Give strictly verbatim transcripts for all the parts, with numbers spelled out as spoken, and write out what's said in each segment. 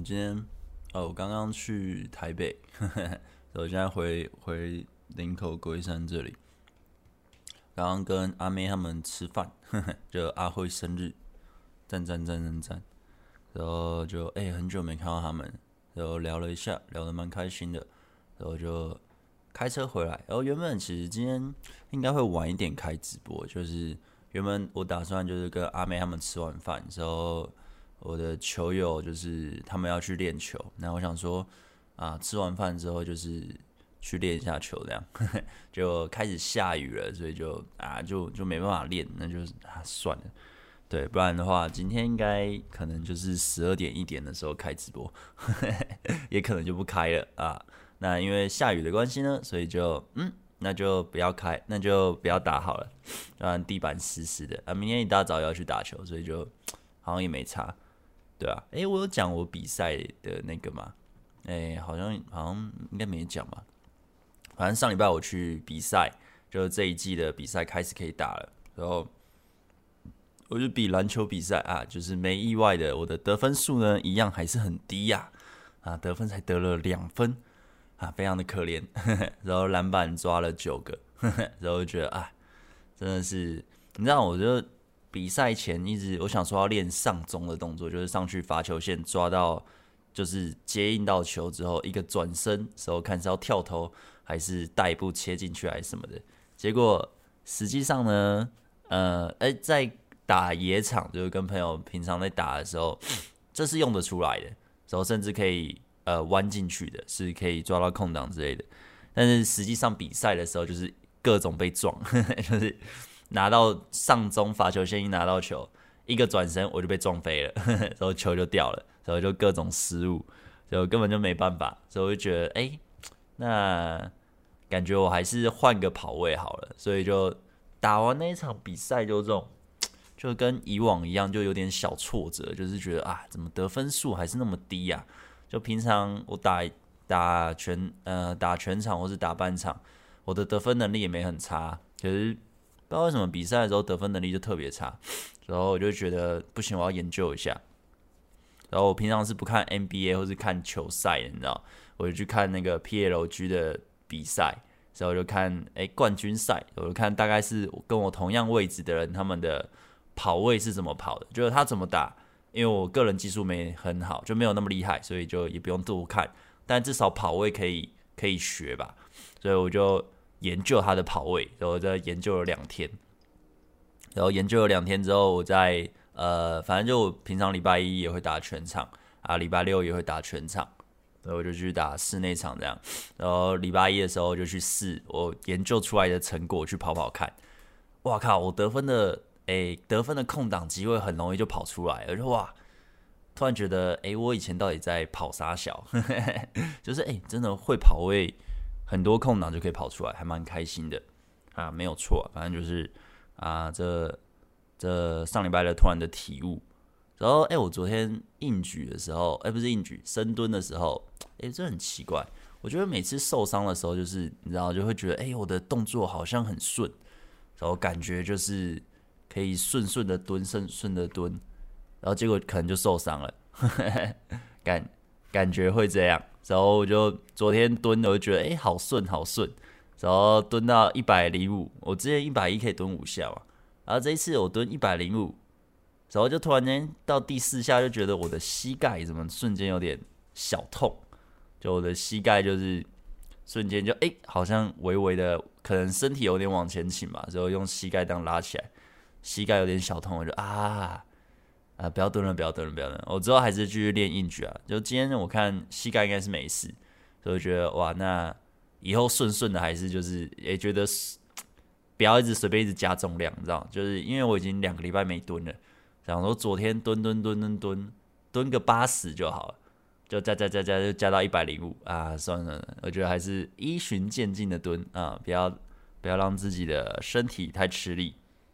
今天哦，我刚刚去台北，呵呵我现在回回林口龟山这里。刚刚跟阿妹他们吃饭，呵呵就阿辉生日，赞赞赞赞赞。然后就哎、欸、很久没看到他们，然后聊了一下，聊得蛮开心的，然后就开车回来。然后原本其实今天应该会晚一点开直播，就是原本我打算就是跟阿妹他们吃完饭之后。我的球友就是他们要去练球，然后我想说啊，吃完饭之后就是去练一下球，这样就开始下雨了，所以就啊就就没办法练，那就啊算了，对，不然的话今天应该可能就是十二点一点的时候开直播，也可能就不开了啊。那因为下雨的关系呢，所以就嗯那就不要开，那就不要打好了，不然地板湿湿的啊。明天一大早要去打球，所以就好像也没差。对啊，哎、欸，我有讲我比赛的那个吗？哎、欸，好像好像应该没讲吧。反正上礼拜我去比赛，就这一季的比赛开始可以打了。然后我就比篮球比赛啊，就是没意外的，我的得分数呢一样还是很低呀、啊，啊，得分才得了两分啊，非常的可怜。然后篮板抓了九个，然后就觉得啊，真的是，你知道，我就。比赛前一直我想说要练上中的动作，就是上去罚球线抓到，就是接应到球之后，一个转身时候看是要跳投还是带步切进去还是什么的。结果实际上呢，呃，哎、欸，在打野场，就是跟朋友平常在打的时候，这是用得出来的，然后甚至可以呃弯进去的，是可以抓到空档之类的。但是实际上比赛的时候，就是各种被撞，呵呵就是。拿到上中罚球线一拿到球，一个转身我就被撞飞了，呵呵然后球就掉了，然后就各种失误，所以我根本就没办法，所以我就觉得，哎、欸，那感觉我还是换个跑位好了，所以就打完那一场比赛就这种，就跟以往一样，就有点小挫折，就是觉得啊，怎么得分数还是那么低呀、啊？就平常我打打全呃打全场或是打半场，我的得分能力也没很差，可是。不知道为什么比赛的时候得分能力就特别差，然后我就觉得不行，我要研究一下。然后我平常是不看 N B A 或是看球赛的，你知道，我就去看那个 P L G 的比赛，然后就看哎冠军赛，我就看大概是跟我同样位置的人他们的跑位是怎么跑的，就是他怎么打。因为我个人技术没很好，就没有那么厉害，所以就也不用多看，但至少跑位可以可以学吧，所以我就。研究他的跑位，然后再研究了两天，然后研究了两天之后，我在呃，反正就我平常礼拜一也会打全场啊，礼拜六也会打全场，然后我就去打室内场这样，然后礼拜一的时候就去试我研究出来的成果去跑跑看，哇靠，我得分的诶，得分的空档机会很容易就跑出来，我就哇，突然觉得诶，我以前到底在跑啥小，就是诶，真的会跑位。很多空档就可以跑出来，还蛮开心的啊，没有错、啊，反正就是啊，这这上礼拜的突然的体悟。然后，哎、欸，我昨天硬举的时候，哎、欸，不是硬举，深蹲的时候，哎、欸，这很奇怪。我觉得每次受伤的时候，就是你知道，就会觉得，哎、欸，我的动作好像很顺，然后感觉就是可以顺顺的蹲，顺顺的蹲，然后结果可能就受伤了，感感觉会这样。然后我就昨天蹲，我就觉得哎、欸，好顺好顺，然后蹲到一百零五，我之前一百一可以蹲五下嘛，然后这一次我蹲一百零五，然后就突然间到第四下就觉得我的膝盖怎么瞬间有点小痛，就我的膝盖就是瞬间就哎、欸，好像微微的可能身体有点往前倾吧，然后用膝盖这样拉起来，膝盖有点小痛，我就啊。啊，不要蹲了，不要蹲了，不要蹲了！我之后还是继续练硬举啊。就今天我看膝盖应该是没事，所以我觉得哇，那以后顺顺的还是就是也觉得不要一直随便一直加重量，你知道？就是因为我已经两个礼拜没蹲了，想说昨天蹲蹲蹲蹲蹲蹲个八十就好了，就加加加加就加到一百零五啊！算了，我觉得还是依循渐进的蹲啊，不要不要让自己的身体太吃力。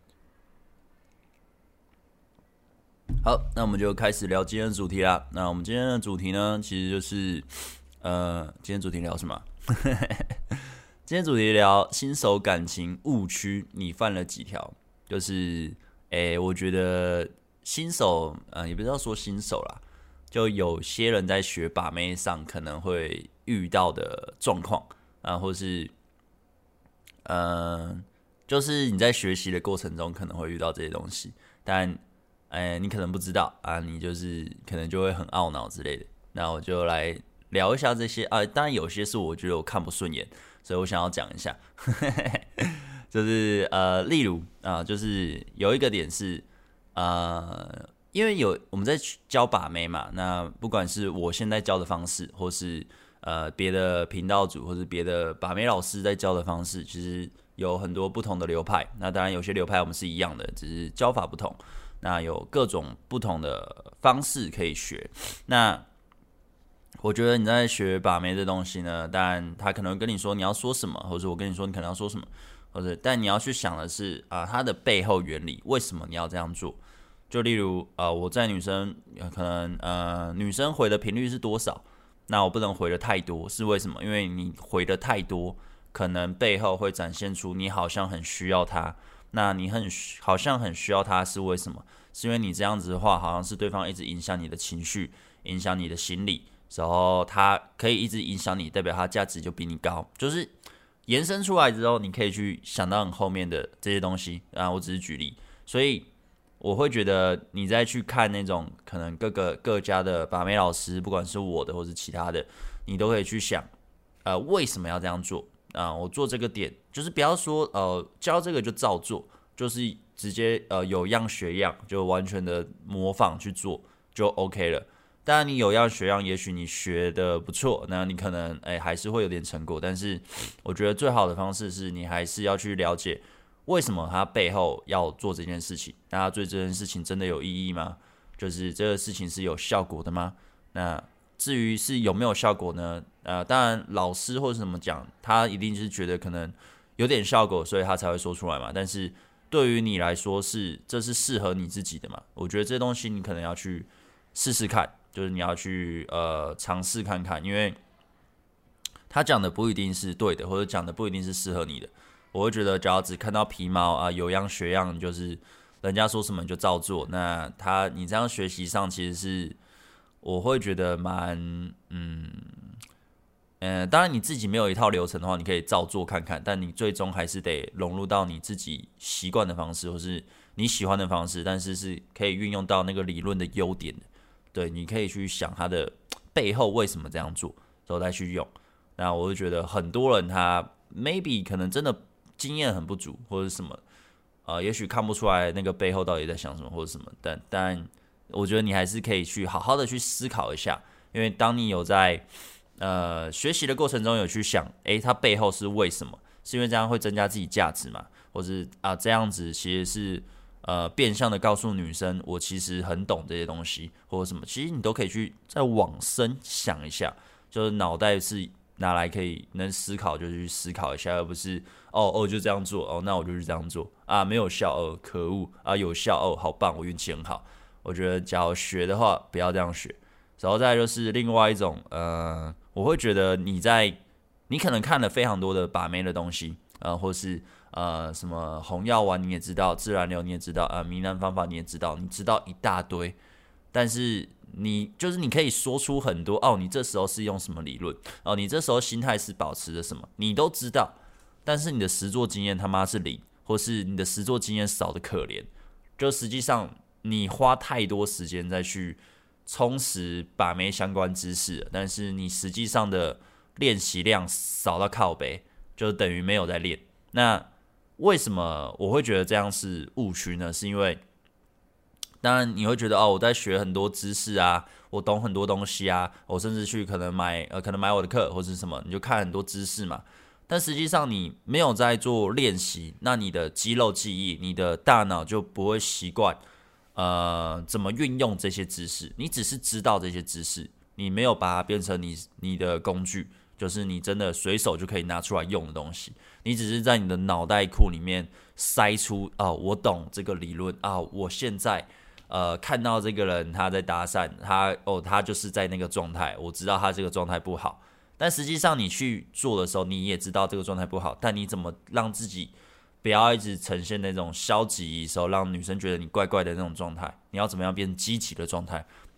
好，那我们就开始聊今天的主题啦。那我们今天的主题呢，其实就是，呃，今天主题聊什么？今天主题聊新手感情误区，你犯了几条？就是，诶、欸，我觉得新手，呃，也不是要说新手啦， 就有些人在学把妹上可能会遇到的状况啊，或是嗯、呃，就是你在学习的过程中可能会遇到这些东西，但哎，你可能不知道啊，你就是可能就会很懊恼之类的。那我就来聊一下这些啊，当然有些是我觉得我看不顺眼，所以我想要讲一下，就是呃，例如啊，就是有一个点是呃。因为有我们在教把妹嘛，那不管是我现在教的方式，或是呃别的频道主，或是别的把妹老师在教的方式，其实有很多不同的流派。那当然有些流派我们是一样的，只是教法不同。那有各种不同的方式可以学。那我觉得你在学把妹的东西呢，当然他可能会跟你说你要说什么，或者我跟你说你可能要说什么，或者但你要去想的是啊、呃，它的背后原理，为什么你要这样做？就例如，呃，我在女生可能呃女生回的频率是多少？那我不能回的太多，是为什么？因为你回的太多，可能背后会展现出你好像很需要她。那你很好像很需要她，是为什么？是因为你这样子的话，好像是对方一直影响你的情绪，影响你的心理，然后他可以一直影响你，代表他价值就比你高。就是延伸出来之后，你可以去想到很后面的这些东西啊。我只是举例，所以。我会觉得你再去看那种可能各个各家的把妹老师，不管是我的或是其他的，你都可以去想，呃，为什么要这样做啊、呃？我做这个点，就是不要说呃教这个就照做，就是直接呃有样学样，就完全的模仿去做就 OK 了。当然你有样学样，也许你学的不错，那你可能哎还是会有点成果，但是我觉得最好的方式是你还是要去了解。为什么他背后要做这件事情？那他做这件事情真的有意义吗？就是这个事情是有效果的吗？那至于是有没有效果呢？呃，当然老师或者怎么讲，他一定是觉得可能有点效果，所以他才会说出来嘛。但是对于你来说是，这是适合你自己的嘛？我觉得这东西你可能要去试试看，就是你要去呃尝试看看，因为他讲的不一定是对的，或者讲的不一定是适合你的。我会觉得，只要只看到皮毛啊，有样学样，就是人家说什么你就照做。那他你这样学习上其实是，我会觉得蛮嗯呃，当然你自己没有一套流程的话，你可以照做看看，但你最终还是得融入到你自己习惯的方式，或是你喜欢的方式，但是是可以运用到那个理论的优点的。对，你可以去想它的背后为什么这样做，然后再去用。那我就觉得很多人他 maybe 可能真的。经验很不足，或者什么，呃，也许看不出来那个背后到底在想什么，或者什么，但但我觉得你还是可以去好好的去思考一下，因为当你有在呃学习的过程中有去想，诶，它背后是为什么？是因为这样会增加自己价值嘛？或是啊这样子其实是呃变相的告诉女生，我其实很懂这些东西，或者什么，其实你都可以去再往深想一下，就是脑袋是。拿来可以能思考就去思考一下，而不是哦哦就这样做哦，那我就是这样做啊，没有效哦，可恶啊，有效哦，好棒，我运气很好。我觉得假如学的话，不要这样学。然后再来就是另外一种，呃，我会觉得你在你可能看了非常多的把妹的东西，呃，或是呃什么红药丸你也知道，自然流你也知道，啊、呃，糜烂方法你也知道，你知道一大堆，但是。你就是你可以说出很多哦，你这时候是用什么理论哦，你这时候心态是保持着什么，你都知道，但是你的实作经验他妈是零，或是你的实作经验少的可怜，就实际上你花太多时间再去充实把妹相关知识，但是你实际上的练习量少到靠北，就等于没有在练。那为什么我会觉得这样是误区呢？是因为当然你会觉得哦，我在学很多知识啊，我懂很多东西啊，我甚至去可能买呃可能买我的课或是什么，你就看很多知识嘛。但实际上你没有在做练习，那你的肌肉记忆，你的大脑就不会习惯呃怎么运用这些知识。你只是知道这些知识，你没有把它变成你你的工具，就是你真的随手就可以拿出来用的东西。你只是在你的脑袋库里面塞出哦，我懂这个理论啊，我现在。呃，看到这个人他在搭讪，他哦，他就是在那个状态，我知道他这个状态不好，但实际上你去做的时候，你也知道这个状态不好，但你怎么让自己不要一直呈现那种消极的时候，让女生觉得你怪怪的那种状态？你要怎么样变积极的状态？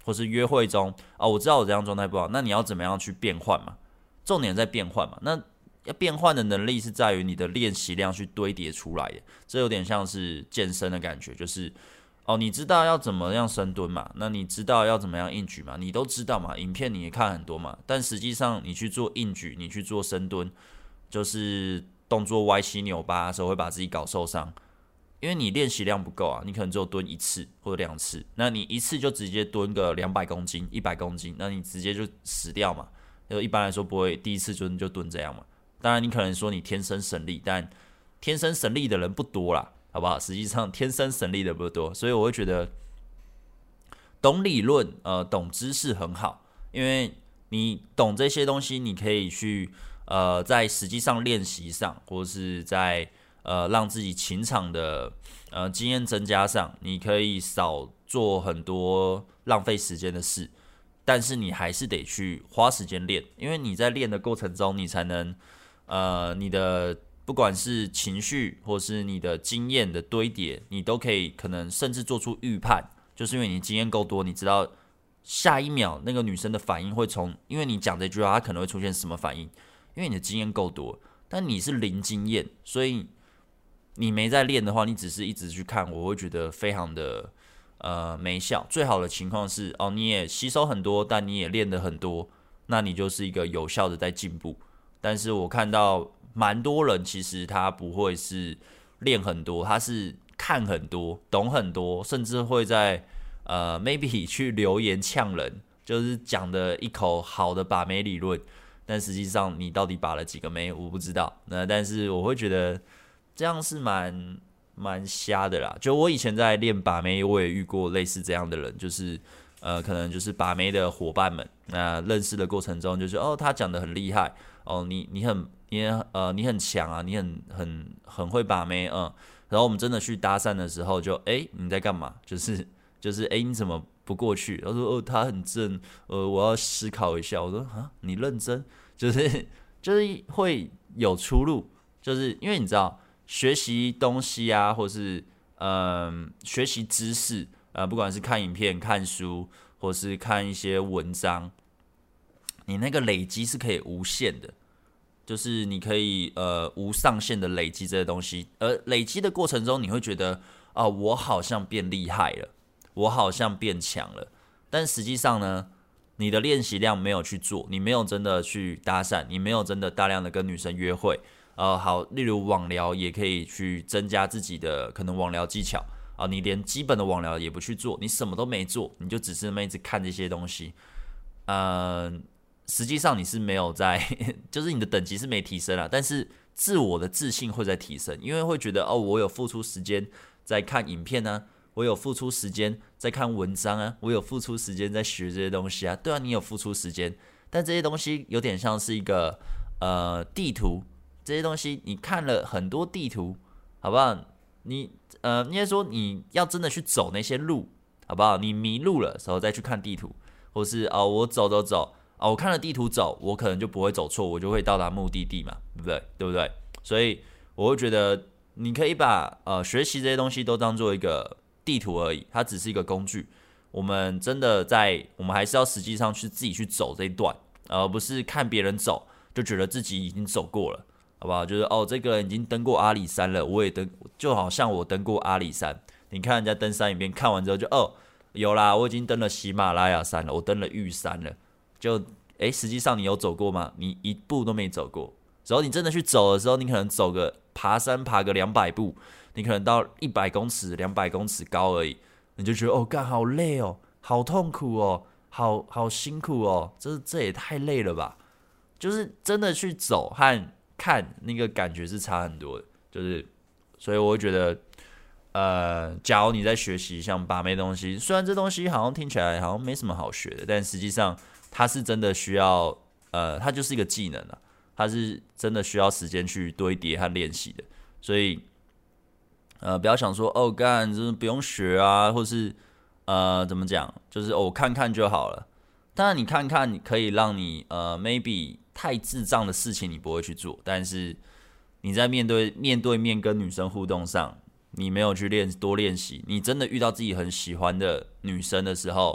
或是约会中啊，我知道我这样状态不好，那你要怎么样去变换嘛？重点在变换嘛。那要变换的能力是在于你的练习量去堆叠出来的，这有点像是健身的感觉，就是哦，你知道要怎么样深蹲嘛？那你知道要怎么样硬举嘛？你都知道嘛？影片你也看很多嘛？但实际上你去做硬举，你去做深蹲，就是动作歪七扭八的时候会把自己搞受伤，因为你练习量不够啊，你可能只有蹲一次或者两次，那你一次就直接蹲个两百公斤、一百公斤，那你直接就死掉嘛。就一般来说不会第一次蹲就蹲这样嘛。当然你可能说你天生神力，但天生神力的人不多啦。好不好？实际上天生神力的不多，所以我会觉得懂理论、呃，懂知识很好，因为你懂这些东西，你可以去呃，在实际上练习上，或是在呃让自己情场的呃经验增加上，你可以少做很多浪费时间的事，但是你还是得去花时间练，因为你在练的过程中，你才能呃你的。不管是情绪或是你的经验的堆叠，你都可以可能甚至做出预判，就是因为你经验够多，你知道下一秒那个女生的反应会从，因为你讲这句话，她可能会出现什么反应，因为你的经验够多，但你是零经验，所以你没在练的话，你只是一直去看，我会觉得非常的呃没效。最好的情况是哦，你也吸收很多，但你也练得很多，那你就是一个有效的在进步。但是我看到蛮多人其实他不会是练很多，他是看很多，懂很多，甚至会在呃 maybe 去留言呛人，就是讲的一口好的把妹理论，但实际上你到底把了几个妹我不知道。那但是我会觉得这样是蛮蛮瞎的啦。就我以前在练把妹，我也遇过类似这样的人，就是呃可能就是把妹的伙伴们，那认识的过程中就是哦他讲的很厉害。哦，你你很你呃你很强啊，你很很很会把妹，嗯，然后我们真的去搭讪的时候就，就哎你在干嘛？就是就是哎你怎么不过去？他说哦他很正，呃我要思考一下。我说啊你认真？就是就是会有出入，就是因为你知道学习东西啊，或是嗯、呃、学习知识，呃不管是看影片、看书，或是看一些文章。你那个累积是可以无限的，就是你可以呃无上限的累积这些东西，而累积的过程中，你会觉得啊、呃，我好像变厉害了，我好像变强了，但实际上呢，你的练习量没有去做，你没有真的去搭讪，你没有真的大量的跟女生约会，呃，好，例如网聊也可以去增加自己的可能网聊技巧啊、呃，你连基本的网聊也不去做，你什么都没做，你就只是那么一直看这些东西，嗯、呃。实际上你是没有在，就是你的等级是没提升啦，但是自我的自信会在提升，因为会觉得哦，我有付出时间在看影片啊，我有付出时间在看文章啊，我有付出时间在学这些东西啊，对啊，你有付出时间，但这些东西有点像是一个呃地图，这些东西你看了很多地图，好不好？你呃应该说你要真的去走那些路，好不好？你迷路了的时候再去看地图，或是哦我走走走。哦，我看了地图走，我可能就不会走错，我就会到达目的地嘛，对不对？对不对？所以我会觉得，你可以把呃学习这些东西都当做一个地图而已，它只是一个工具。我们真的在，我们还是要实际上去自己去走这一段，而不是看别人走就觉得自己已经走过了，好不好？就是哦，这个人已经登过阿里山了，我也登，就好像我登过阿里山。你看人家登山影片，看完之后就哦，有啦，我已经登了喜马拉雅山了，我登了玉山了。就诶，实际上你有走过吗？你一步都没走过。只要你真的去走的时候，你可能走个爬山爬个两百步，你可能到一百公尺、两百公尺高而已，你就觉得哦，干好累哦，好痛苦哦，好好辛苦哦，这这也太累了吧？就是真的去走和看那个感觉是差很多的，就是所以我会觉得，呃，假如你在学习像把妹东西，虽然这东西好像听起来好像没什么好学的，但实际上。它是真的需要，呃，它就是一个技能啊，它是真的需要时间去堆叠和练习的，所以，呃，不要想说哦，干，就是不用学啊，或是呃，怎么讲，就是哦，看看就好了。当然，你看看可以让你呃，maybe 太智障的事情你不会去做，但是你在面对面对面跟女生互动上，你没有去练多练习，你真的遇到自己很喜欢的女生的时候。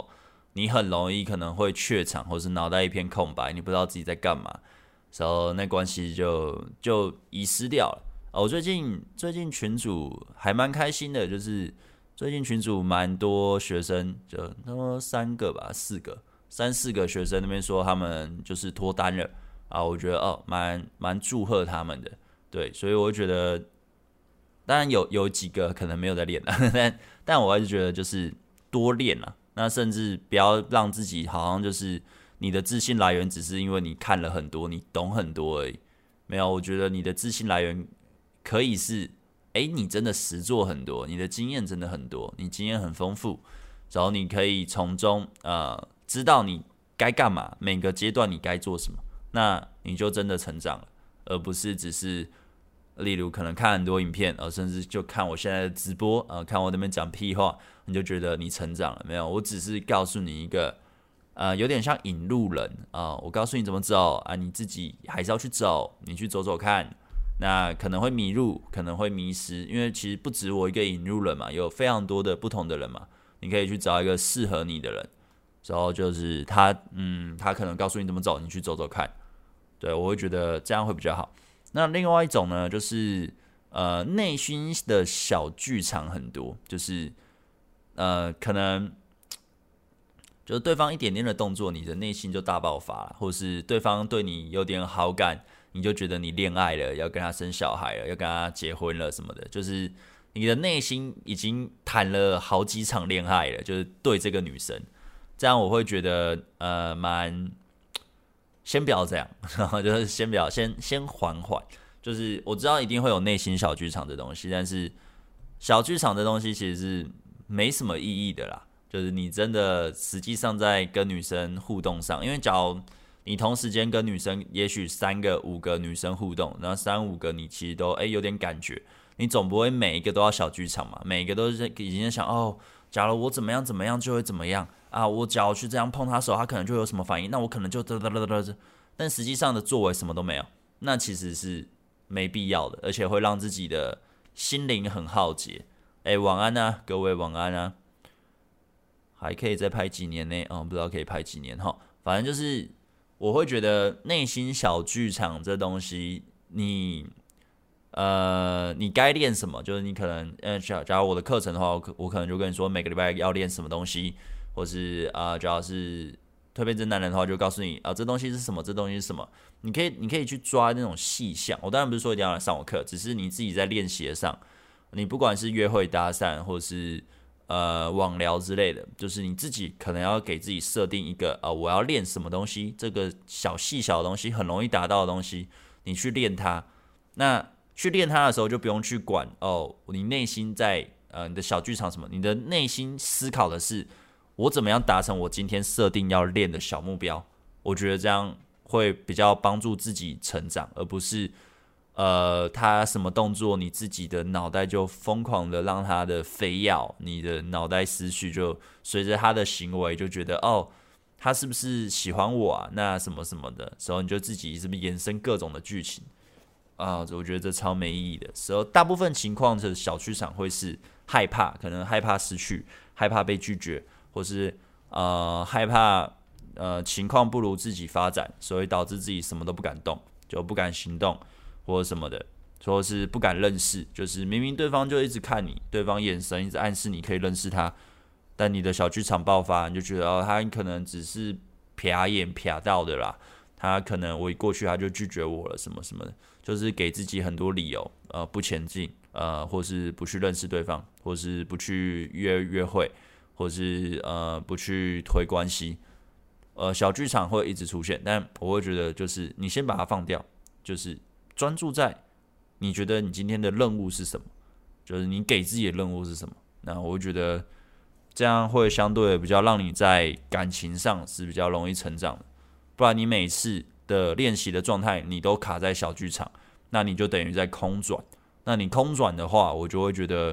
你很容易可能会怯场，或是脑袋一片空白，你不知道自己在干嘛，然后那关系就就遗失掉了。哦，我最近最近群组还蛮开心的，就是最近群组蛮多学生，就他说三个吧，四个，三四个学生那边说他们就是脱单了啊，我觉得哦，蛮蛮祝贺他们的，对，所以我觉得，当然有有几个可能没有在练了，但但我还是觉得就是多练啊，那甚至不要让自己好像就是你的自信来源只是因为你看了很多，你懂很多而已，没有，我觉得你的自信来源可以是，哎，你真的实做很多，你的经验真的很多，你经验很丰富，然后你可以从中呃知道你该干嘛，每个阶段你该做什么，那你就真的成长了，而不是只是例如可能看很多影片，呃，甚至就看我现在的直播，呃，看我那边讲屁话，你就觉得你成长了没有？我只是告诉你一个，呃，有点像引路人啊、呃，我告诉你怎么走啊，你自己还是要去走，你去走走看。那可能会迷路，可能会迷失，因为其实不止我一个引路人嘛，有非常多的不同的人嘛，你可以去找一个适合你的人，然后就是他，嗯，他可能告诉你怎么走，你去走走看，对，我会觉得这样会比较好。那另外一种呢，就是呃内心的小剧场很多，就是呃可能就是对方一点点的动作，你的内心就大爆发了，或是对方对你有点好感。你就觉得你恋爱了，要跟他生小孩了，要跟他结婚了什么的，就是你的内心已经谈了好几场恋爱了，就是对这个女生，这样我会觉得呃蛮，先不要这样，然后就是先不要，先先缓缓，就是我知道一定会有内心小剧场的东西，但是小剧场的东西其实是没什么意义的啦，就是你真的实际上在跟女生互动上，因为假如你同时间跟女生，也许三个、五个女生互动，然后三五个你其实都哎、欸、有点感觉，你总不会每一个都要小剧场嘛？每一个都是已经在想哦，假如我怎么样怎么样就会怎么样啊，我假如去这样碰他手，他可能就有什么反应，那我可能就得得得得得，但实际上的作为什么都没有，那其实是没必要的，而且会让自己的心灵很耗竭。哎、欸，晚安啊，各位晚安啊，还可以再拍几年呢？哦，不知道可以拍几年哈，反正就是。我会觉得内心小剧场这东西，你呃，你该练什么？就是你可能，呃，假假如我的课程的话，我可我可能就跟你说，每个礼拜要练什么东西，或是啊、呃，假如是蜕变真男人的话，就告诉你啊、呃，这东西是什么，这东西是什么。你可以，你可以去抓那种细项。我当然不是说一定要来上我课，只是你自己在练习上，你不管是约会搭讪，或是呃，网聊之类的，就是你自己可能要给自己设定一个，呃，我要练什么东西，这个小细小的东西很容易达到的东西，你去练它。那去练它的时候，就不用去管哦，你内心在呃你的小剧场什么，你的内心思考的是我怎么样达成我今天设定要练的小目标。我觉得这样会比较帮助自己成长，而不是。呃，他什么动作，你自己的脑袋就疯狂的让他的飞跃，你的脑袋思绪就随着他的行为就觉得，哦，他是不是喜欢我啊？那什么什么的时候，你就自己是不是延伸各种的剧情啊？我觉得这超没意义的时候，大部分情况的小剧场会是害怕，可能害怕失去，害怕被拒绝，或是呃害怕呃情况不如自己发展，所以导致自己什么都不敢动，就不敢行动。或者什么的，说是不敢认识，就是明明对方就一直看你，对方眼神一直暗示你可以认识他，但你的小剧场爆发，你就觉得哦，他可能只是瞟眼瞟到的啦，他可能我一过去他就拒绝我了，什么什么的，就是给自己很多理由，呃，不前进，呃，或是不去认识对方，或是不去约约会，或是呃不去推关系，呃，小剧场会一直出现，但我会觉得就是你先把它放掉，就是。专注在你觉得你今天的任务是什么，就是你给自己的任务是什么。那我觉得这样会相对比较让你在感情上是比较容易成长的。不然你每次的练习的状态你都卡在小剧场，那你就等于在空转。那你空转的话，我就会觉得，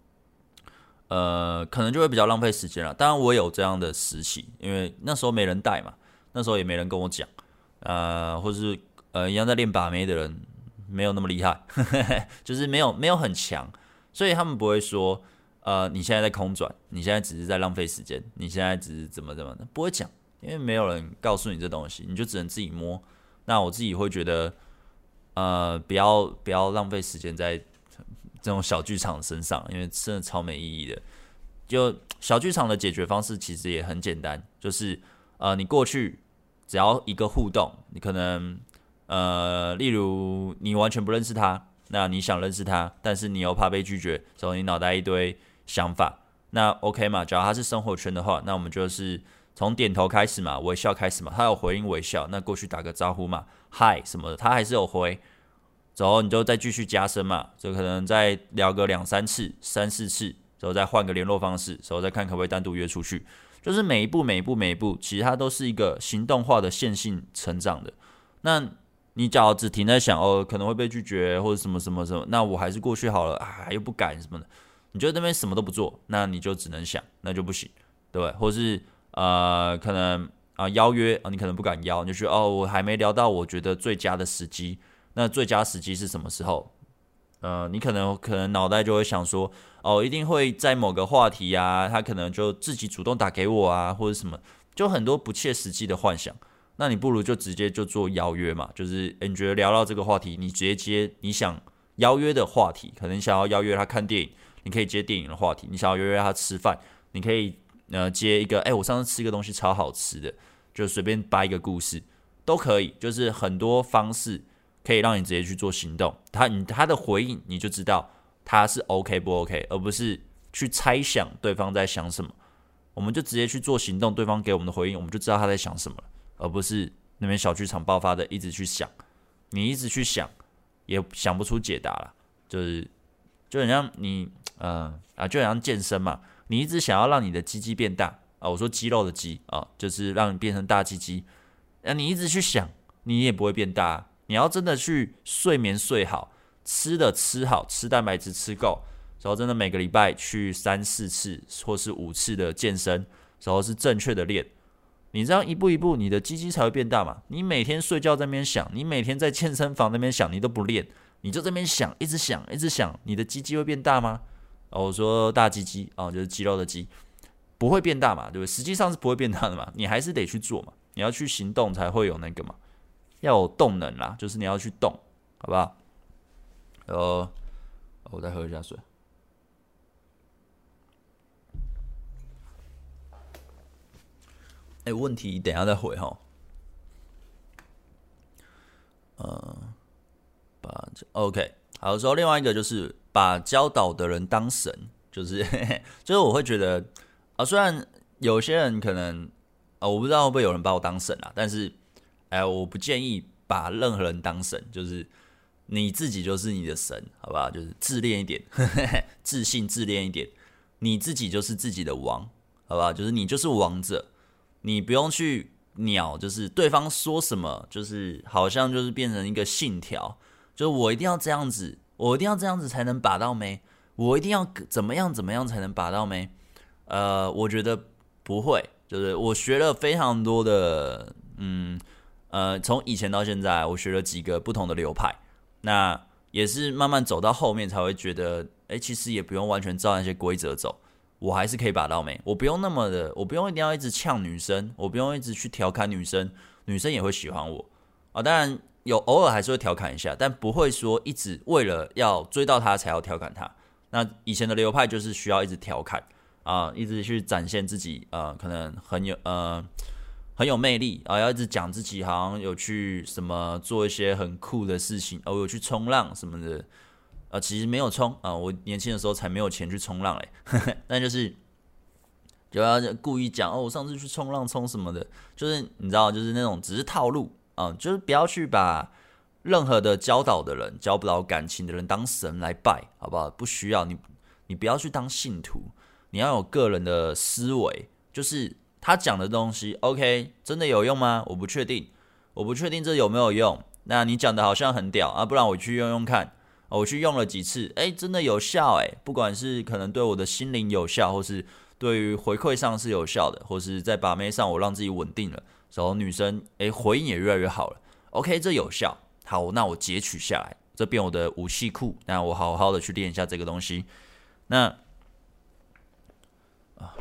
呃，可能就会比较浪费时间了。当然我有这样的时期，因为那时候没人带嘛，那时候也没人跟我讲，呃，或是呃一样在练把妹的人。没有那么厉害，就是没有没有很强，所以他们不会说， 呃，你现在在空转，你现在只是在浪费时间，你现在只是怎么怎么的，不会讲，因为没有人告诉你这东西，你就只能自己摸。那我自己会觉得，呃，不要不要浪费时间在这种小剧场身上，因为真的超没意义的。就小剧场的解决方式其实也很简单，就是呃，你过去只要一个互动，你可能呃，例如你完全不认识他，那你想认识他，但是你又怕被拒绝，所以你脑袋一堆想法，那 OK 嘛？只要他是生活圈的话，那我们就是从点头开始嘛，微笑开始嘛，他有回应微笑，那过去打个招呼嘛，嗨什么的，他还是有回，之后你就再继续加深嘛，就可能再聊个两三次、三四次，之后再换个联络方式，之后再看可不可以单独约出去，就是每一步、每一步、每一步，其实它都是一个行动化的线性成长的。那你假如只停在想哦，可能会被拒绝或者什么什么什么，那我还是过去好了啊，又不敢什么的，你就在那边什么都不做，那你就只能想，那就不行，对不对？或是呃，可能啊、呃、邀约啊、呃，你可能不敢邀，你就觉得哦，我还没聊到我觉得最佳的时机，那最佳时机是什么时候？呃，你可能可能脑袋就会想说，哦，一定会在某个话题啊，他可能就自己主动打给我啊，或者什么，就很多不切实际的幻想。那你不如就直接就做邀约嘛，就是你觉得聊到这个话题，你直接接你想邀约的话题，可能你想要邀约他看电影，你可以接电影的话题；你想要约约他吃饭，你可以呃接一个，哎，我上次吃一个东西超好吃的，就随便掰一个故事都可以，就是很多方式可以让你直接去做行动。他你他的回应你就知道他是 OK 不 OK， 而不是去猜想对方在想什么。我们就直接去做行动，对方给我们的回应，我们就知道他在想什么了。而不是那边小剧场爆发的，一直去想，你一直去想，也想不出解答了。就是就很像你，呃啊，就很像健身嘛，你一直想要让你的鸡鸡变大啊，我说肌肉的肌啊，就是让你变成大鸡鸡。那、啊、你一直去想，你也不会变大、啊。你要真的去睡眠睡好，吃的吃好，吃蛋白质吃够，然后真的每个礼拜去三四次或是五次的健身，然后是正确的练。你这样一步一步，你的鸡鸡才会变大嘛。你每天睡觉在那边想，你每天在健身房那边想，你都不练，你就在那边想，一直想，一直想，你的鸡鸡会变大吗？哦，我说大鸡鸡哦，就是肌肉的肌，不会变大嘛，对不对？实际上是不会变大的嘛，你还是得去做嘛，你要去行动才会有那个嘛，要有动能啦，就是你要去动，好不好？呃，我再喝一下水。哎，问题等一下再回哈。呃，把 OK 好，之后另外一个就是把教导的人当神，就是就是我会觉得啊，虽然有些人可能啊，我不知道会不会有人把我当神啊，但是哎，我不建议把任何人当神，就是你自己就是你的神，好不好？就是自恋一点，自信自恋一点，你自己就是自己的王，好不好？就是你就是王者。你不用去鸟，就是对方说什么，就是好像就是变成一个信条，就是我一定要这样子，我一定要这样子才能把到妹，我一定要怎么样怎么样才能把到妹。呃，我觉得不会，就是我学了非常多的，嗯，呃，从以前到现在，我学了几个不同的流派，那也是慢慢走到后面才会觉得，哎，其实也不用完全照那些规则走。我还是可以把到妹，我不用那么的，我不用一定要一直呛女生，我不用一直去调侃女生，女生也会喜欢我啊。当然有偶尔还是会调侃一下，但不会说一直为了要追到她才要调侃她。那以前的流派就是需要一直调侃啊，一直去展现自己，呃，可能很有呃很有魅力啊，要一直讲自己好像有去什么做一些很酷的事情，哦，有去冲浪什么的。呃，其实没有冲啊、呃，我年轻的时候才没有钱去冲浪嘞，那就是就要故意讲哦，我上次去冲浪冲什么的，就是你知道，就是那种只是套路啊、呃，就是不要去把任何的教导的人、教不到感情的人当神来拜，好不好？不需要你，你不要去当信徒，你要有个人的思维，就是他讲的东西 ，OK， 真的有用吗？我不确定，我不确定这有没有用。那你讲的好像很屌啊，不然我去用用看。我去用了几次，哎，真的有效哎！不管是可能对我的心灵有效，或是对于回馈上是有效的，或是在把妹上我让自己稳定了，然后女生哎回应也越来越好了。OK， 这有效，好，那我截取下来，这变我的武器库，那我好好的去练一下这个东西。那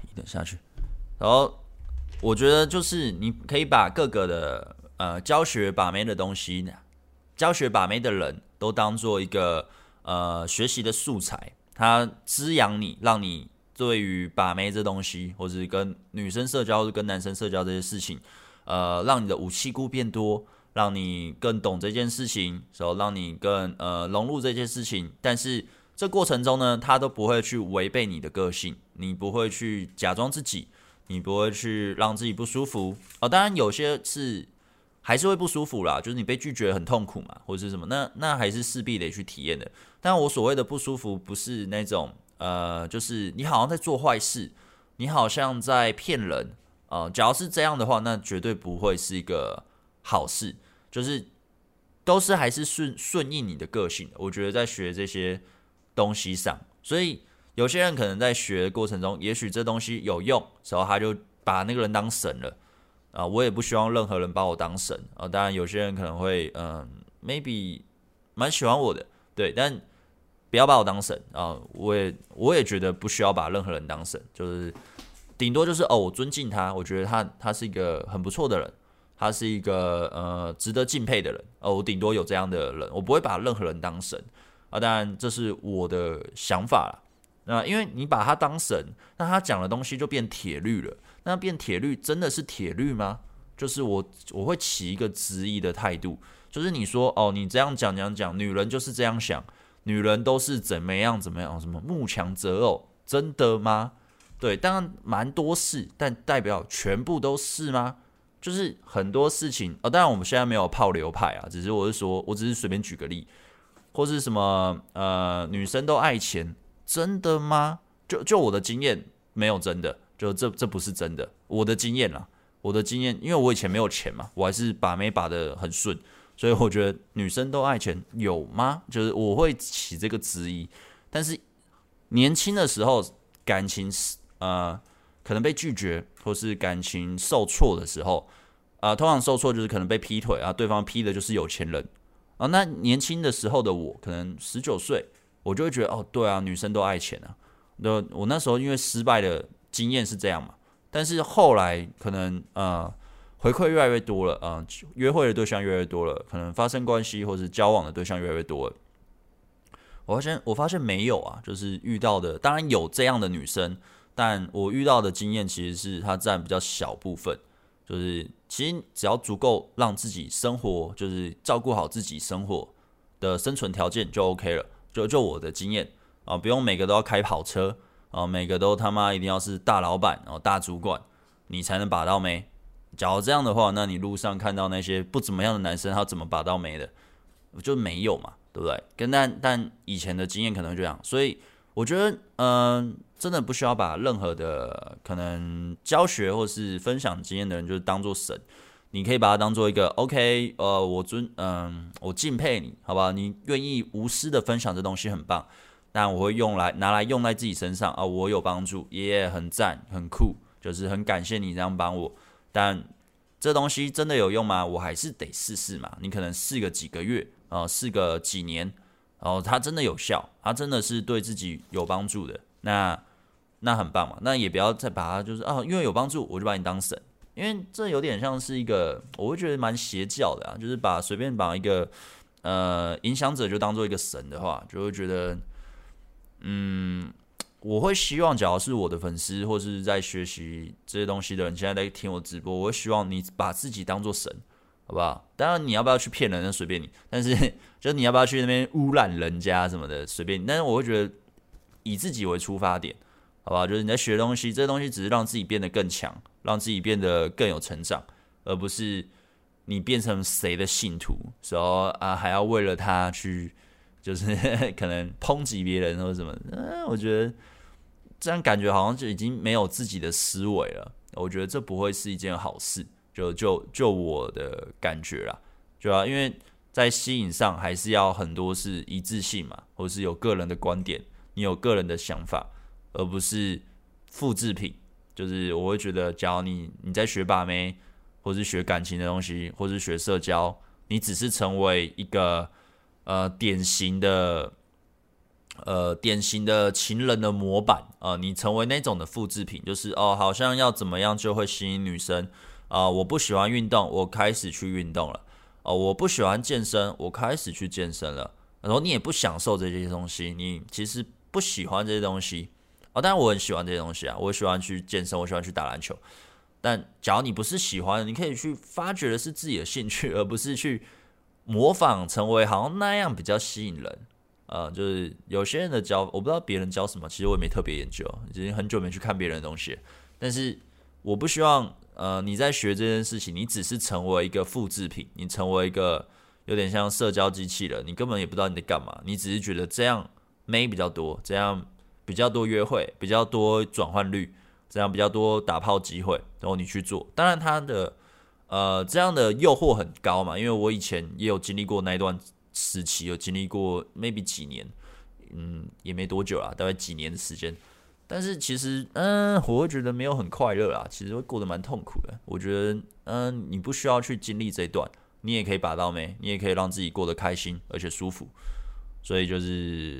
一等下去。然后我觉得就是你可以把各个的呃教学把妹的东西，教学把妹的人都当做一个呃学习的素材，它滋养你，让你对于把妹这东西，或是跟女生社交，或是跟男生社交这些事情，呃，让你的武器库变多。让你更懂这件事情，然后让你更呃融入这件事情，但是这过程中呢，他都不会去违背你的个性，你不会去假装自己，你不会去让自己不舒服哦。当然有些是还是会不舒服啦，就是你被拒绝很痛苦嘛，或者是什么，那那还是势必得去体验的。但我所谓的不舒服，不是那种呃，就是你好像在做坏事，你好像在骗人呃，假如是这样的话，那绝对不会是一个好事，就是都是还是顺顺应你的个性的。我觉得在学这些东西上，所以有些人可能在学的过程中，也许这东西有用，然后他就把那个人当神了啊、呃。我也不希望任何人把我当神啊、呃。当然，有些人可能会嗯、呃、，maybe 蛮喜欢我的，对，但不要把我当神啊、呃。我也我也觉得不需要把任何人当神，就是顶多就是哦，我尊敬他，我觉得他他是一个很不错的人。他是一个呃值得敬佩的人哦，我顶多有这样的人，我不会把任何人当神啊。当然，这是我的想法啦。那因为你把他当神，那他讲的东西就变铁律了。那变铁律真的是铁律吗？就是我我会起一个质疑的态度，就是你说哦，你这样讲讲讲，女人就是这样想，女人都是怎么样怎么样，什么慕强择偶，真的吗？对，当然蛮多事，但代表全部都是吗？就是很多事情哦，当然我们现在没有泡流派啊，只是我是说，我只是随便举个例，或是什么呃，女生都爱钱，真的吗？就就我的经验没有真的，就这这不是真的，我的经验啦，我的经验，因为我以前没有钱嘛，我还是把妹把得很顺，所以我觉得女生都爱钱有吗？就是我会起这个质疑，但是年轻的时候感情呃。可能被拒绝，或是感情受挫的时候，啊、呃，通常受挫就是可能被劈腿啊，对方劈的就是有钱人啊。那年轻的时候的我，可能十九岁，我就会觉得哦，对啊，女生都爱钱啊。那我那时候因为失败的经验是这样嘛，但是后来可能呃回馈越来越多了啊、呃，约会的对象越来越多了，可能发生关系或是交往的对象越来越多了。我发现我发现没有啊，就是遇到的，当然有这样的女生。但我遇到的经验其实是它占比较小部分，就是其实只要足够让自己生活，就是照顾好自己生活的生存条件就 OK 了。就就我的经验啊，不用每个都要开跑车啊，每个都他妈一定要是大老板哦、大主管，你才能把到妹。假如这样的话，那你路上看到那些不怎么样的男生，他怎么把到妹的？就没有嘛，对不对？跟但但以前的经验可能就这样，所以我觉得，嗯、呃。真的不需要把任何的可能教学或是分享经验的人，就是当做神。你可以把它当做一个 OK， 呃，我尊，嗯、呃，我敬佩你，好吧？你愿意无私的分享这东西很棒，但我会用来拿来用在自己身上啊，我有帮助，也很赞，很酷，就是很感谢你这样帮我。但这东西真的有用吗？我还是得试试嘛。你可能试个几个月啊、呃，试个几年，然后它真的有效，它真的是对自己有帮助的，那。那很棒嘛，那也不要再把它就是啊，因为有帮助我就把你当神，因为这有点像是一个，我会觉得蛮邪教的啊，就是把随便把一个呃影响者就当做一个神的话，就会觉得，嗯，我会希望，假如是我的粉丝或是在学习这些东西的人，现在在听我直播，我会希望你把自己当做神，好不好？当然你要不要去骗人，那随便你，但是就是你要不要去那边污染人家什么的，随便你。但是我会觉得以自己为出发点。好吧，就是你在学东西，这些东西只是让自己变得更强，让自己变得更有成长，而不是你变成谁的信徒，然后啊还要为了他去，就是可能抨击别人或者什么。嗯，我觉得这样感觉好像就已经没有自己的思维了。我觉得这不会是一件好事，就就就我的感觉啦，对啊，因为在吸引上还是要很多是一致性嘛，或是有个人的观点，你有个人的想法。而不是复制品，就是我会觉得，假如你你在学把妹，或是学感情的东西，或是学社交，你只是成为一个呃典型的呃典型的情人的模板，呃，你成为那种的复制品，就是哦，好像要怎么样就会吸引女生啊、呃。我不喜欢运动，我开始去运动了。哦、呃，我不喜欢健身，我开始去健身了。然后你也不享受这些东西，你其实不喜欢这些东西。哦，当然我很喜欢这些东西啊，我喜欢去健身，我喜欢去打篮球。但假如你不是喜欢的，你可以去发掘的是自己的兴趣，而不是去模仿成为好像那样比较吸引人。呃，就是有些人的教，我不知道别人教什么，其实我也没特别研究，已经很久没去看别人的东西。但是我不希望，呃，你在学这件事情，你只是成为一个复制品，你成为一个有点像社交机器人，你根本也不知道你在干嘛，你只是觉得这样妹比较多，这样比较多约会，比较多转换率，这样比较多打炮机会，然后你去做。当然，它的呃这样的诱惑很高嘛，因为我以前也有经历过那一段时期，有经历过 maybe 几年，嗯，也没多久啦，大概几年的时间。但是其实，嗯，我会觉得没有很快乐啦，其实会过得蛮痛苦的。我觉得，嗯，你不需要去经历这一段，你也可以把到妹，你也可以让自己过得开心而且舒服。所以就是，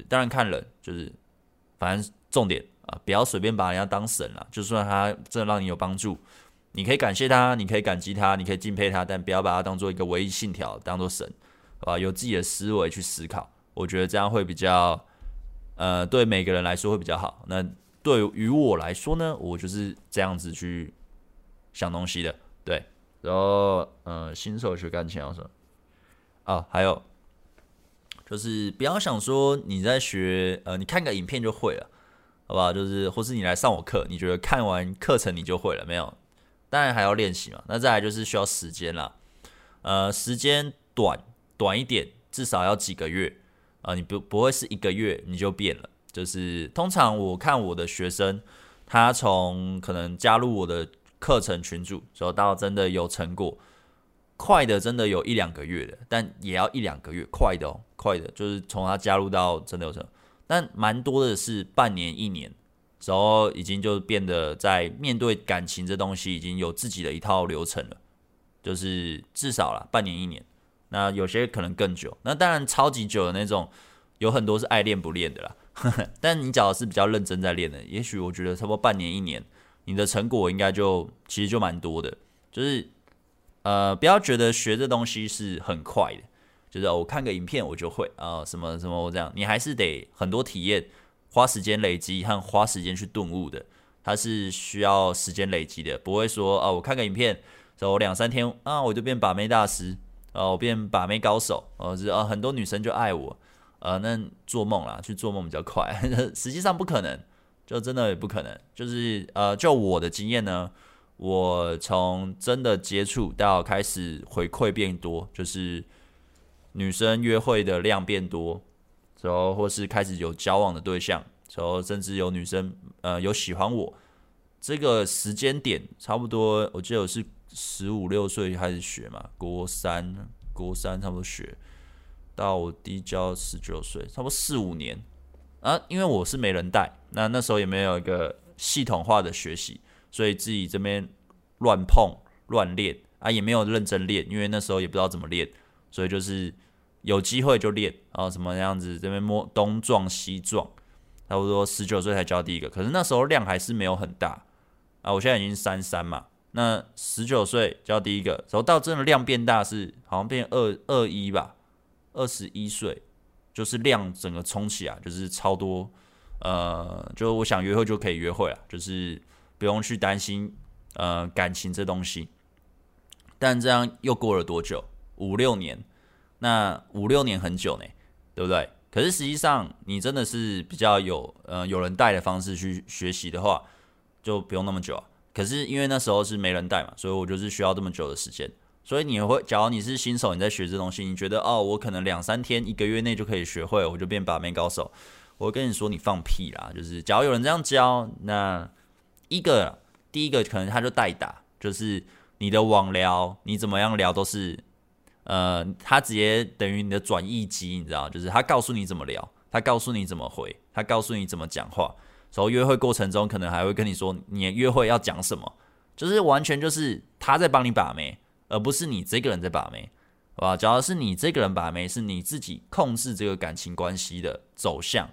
当然看人，就是反正重点啊，不要随便把人家当神啦。就算他真的让你有帮助，你可以感谢他，你可以感激他，你可以敬佩他，但不要把他当做一个唯一信条，当做神。啊，有自己的思维去思考，我觉得这样会比较，呃，对每个人来说会比较好。那对于我来说呢，我就是这样子去想东西的，对。然后，呃，新手学感情要什么？啊，还有就是不要想说你在学，呃，你看个影片就会了，好不好？就是或是你来上我课，你觉得看完课程你就会了，没有？当然还要练习嘛。那再来就是需要时间啦，呃，时间短。短一点，至少要几个月啊、呃！你不不会是一个月你就变了。就是通常我看我的学生，他从可能加入我的课程群组，走到真的有成果，快的真的有一两个月的，但也要一两个月，快的哦，快的就是从他加入到真的有成，但蛮多的是半年一年，然后已经就变得在面对感情这东西已经有自己的一套流程了，就是至少啦半年一年。那有些可能更久，那当然超级久的那种，有很多是爱练不练的啦。但你假如是比较认真在练的，也许我觉得差不多半年一年，你的成果应该就其实就蛮多的。就是呃，不要觉得学这东西是很快的，就是、哦、我看个影片我就会啊、呃，什么什么这样，你还是得很多体验，花时间累积和花时间去顿悟的，它是需要时间累积的，不会说啊、呃，我看个影片，走两三天啊，我就变把妹大师。呃，我变把妹高手，呃，是呃很多女生就爱我，呃，那做梦啦，去做梦比较快，实际上不可能，就真的也不可能。就是呃，就我的经验呢，我从真的接触到开始回馈变多，就是女生约会的量变多，然后或是开始有交往的对象，然后甚至有女生呃有喜欢我，这个时间点差不多，我记得我是十五六岁开始学嘛，国三国三差不多学，到我递交十九岁，差不多四五年啊。因为我是没人带，那那时候也没有一个系统化的学习，所以自己这边乱碰乱练啊，也没有认真练，因为那时候也不知道怎么练，所以就是有机会就练啊，什么样子这边摸东撞西撞，差不多十九岁才交第一个，可是那时候量还是没有很大啊。我现在已经三三嘛。那十九岁交第一个，然后到真的量变大是好像变二二一吧，二十一岁就是量整个冲起来，就是超多，呃，就我想约会就可以约会了，就是不用去担心呃感情这东西。但这样又过了多久？五六年，那五六年很久呢，对不对？可是实际上你真的是比较有呃有人带的方式去学习的话，就不用那么久啊。可是因为那时候是没人带嘛，所以我就是需要这么久的时间。所以你会，假如你是新手，你在学这东西，你觉得哦，我可能两三天、一个月内就可以学会，我就变把妹高手。我会跟你说，你放屁啦！就是假如有人这样教，那一个第一个可能他就代打，就是你的网聊，你怎么样聊都是，呃，他直接等于你的转译机，你知道，就是他告诉你怎么聊，他告诉你怎么回，他告诉你怎么讲话。然后约会过程中，可能还会跟你说你的约会要讲什么，就是完全就是他在帮你把妹，而不是你这个人在把妹，好吧？假如是你这个人把妹，是你自己控制这个感情关系的走向，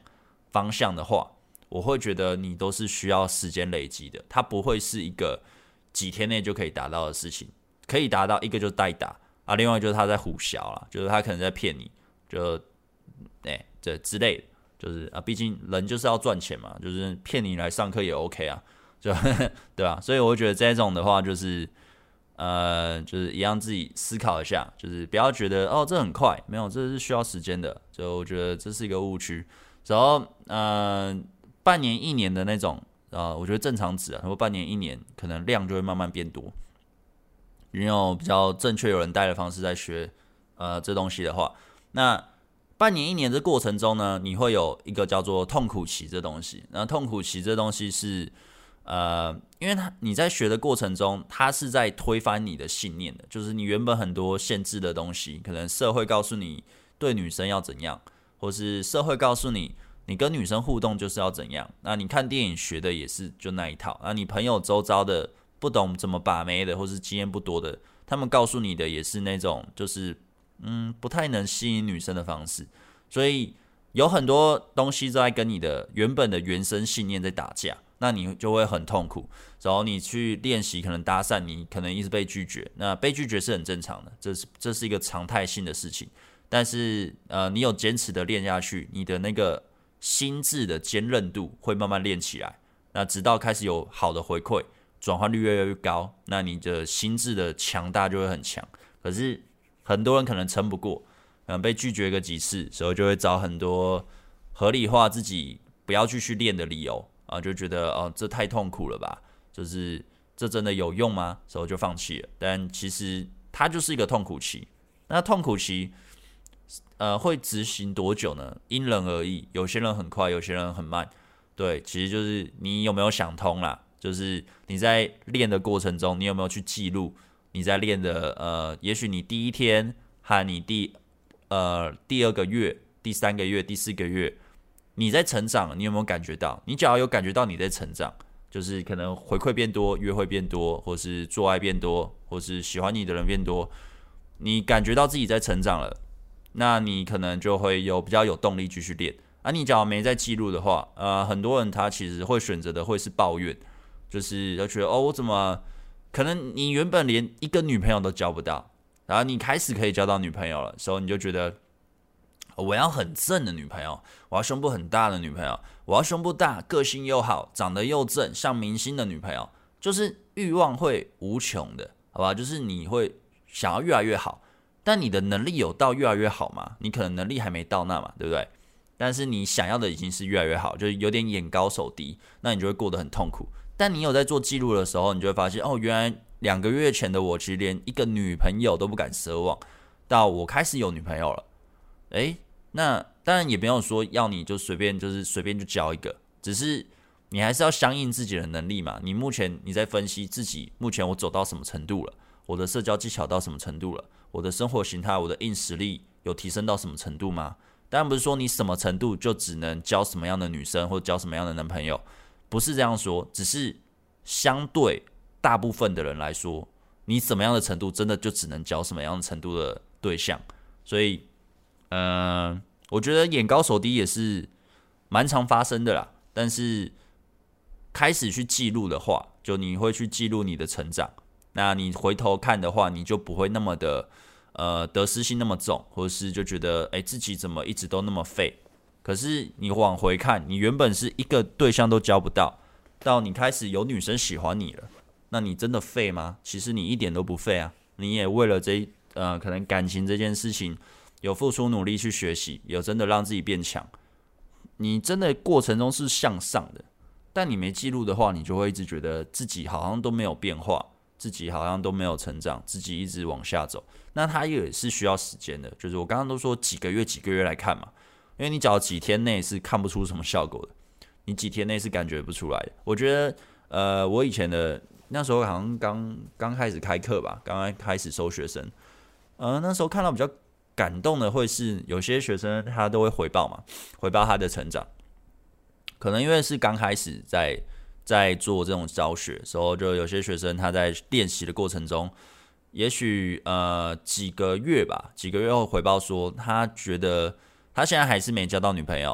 方向的话，我会觉得你都是需要时间累积的，它不会是一个几天内就可以达到的事情。可以达到一个就是代打啊，另外就是他在唬小啦，就是他可能在骗你，就哎、欸、这之类的，就是啊，毕竟人就是要赚钱嘛，就是骗你来上课也 OK 啊，就对吧、啊？所以我觉得这种的话就是呃，就是一样自己思考一下，就是不要觉得哦这很快，没有，这是需要时间的，就我觉得这是一个误区。然后呃，半年一年的那种啊、呃，我觉得正常值啊，如果半年一年，可能量就会慢慢变多。你有比较正确有人带的方式在学呃这东西的话，那半年一年这过程中呢，你会有一个叫做痛苦期这东西。那痛苦期这东西是呃，因为它你在学的过程中，它是在推翻你的信念的，就是你原本很多限制的东西，可能社会告诉你对女生要怎样，或是社会告诉你你跟女生互动就是要怎样。那你看电影学的也是就那一套，那你朋友周遭的不懂怎么把妹的，或是经验不多的，他们告诉你的也是那种就是嗯不太能吸引女生的方式，所以有很多东西在跟你的原本的原生信念在打架，那你就会很痛苦。然后你去练习可能搭讪，你可能一直被拒绝，那被拒绝是很正常的，这是这是一个常态性的事情。但是呃，你有坚持的练下去，你的那个心智的坚韧度会慢慢练起来，那直到开始有好的回馈。转换率越来越高，那你的心智的强大就会很强。可是很多人可能撑不过，可能被拒绝个几次，所以就会找很多合理化自己不要继续练的理由啊，就觉得哦这太痛苦了吧，就是这真的有用吗？所以就放弃了。但其实它就是一个痛苦期。那痛苦期呃会执行多久呢？因人而异，有些人很快，有些人很慢。对，其实就是你有没有想通啦。就是你在练的过程中，你有没有去记录你在练的呃，也许你第一天和你第呃第二个月、第三个月、第四个月，你在成长，你有没有感觉到？你只要有感觉到你在成长，就是可能回馈变多、约会变多，或是做爱变多，或是喜欢你的人变多，你感觉到自己在成长了，那你可能就会有比较有动力继续练。啊，你只要没在记录的话，呃，很多人他其实会选择的会是抱怨。就是要觉得哦，我怎么可能？你原本连一个女朋友都交不到，然后你开始可以交到女朋友了，所以你就觉得、哦、我要很正的女朋友，我要胸部很大的女朋友，我要胸部大、个性又好、长得又正、像明星的女朋友，就是欲望会无穷的，好吧？就是你会想要越来越好，但你的能力有到越来越好吗？你可能能力还没到那嘛，对不对？但是你想要的已经是越来越好，就是有点眼高手低，那你就会过得很痛苦。但你有在做记录的时候，你就会发现，哦，原来两个月前的我其实连一个女朋友都不敢奢望，到我开始有女朋友了。诶，那当然也没有说要你就随便就是随便就交一个，只是你还是要相应自己的能力嘛。你目前你在分析自己目前我走到什么程度了，我的社交技巧到什么程度了，我的生活形态、我的硬实力有提升到什么程度吗？当然不是说你什么程度就只能交什么样的女生或交什么样的男朋友。不是这样说，只是相对大部分的人来说，你什么样的程度，真的就只能交什么样的程度的对象。所以，呃，我觉得眼高手低也是蛮常发生的啦。但是开始去记录的话，就你会去记录你的成长。那你回头看的话，你就不会那么的呃得失心那么重，或者是就觉得哎自己怎么一直都那么废。可是你往回看，你原本是一个对象都交不到，到你开始有女生喜欢你了，那你真的废吗？其实你一点都不废啊！你也为了这呃可能感情这件事情，有付出努力去学习，有真的让自己变强。你真的过程中是向上的，但你没记录的话，你就会一直觉得自己好像都没有变化，自己好像都没有成长，自己一直往下走。那它也是需要时间的，就是我刚刚都说几个月几个月来看嘛。因为你只要几天内是看不出什么效果的，你几天内是感觉不出来的。我觉得，呃，我以前的那时候好像刚刚开始开课吧，刚刚开始收学生，呃，那时候看到比较感动的会是有些学生他都会回报嘛，回报他的成长。可能因为是刚开始在在做这种教学的时候，就有些学生他在练习的过程中，也许呃几个月吧，几个月后回报说他觉得。他现在还是没交到女朋友，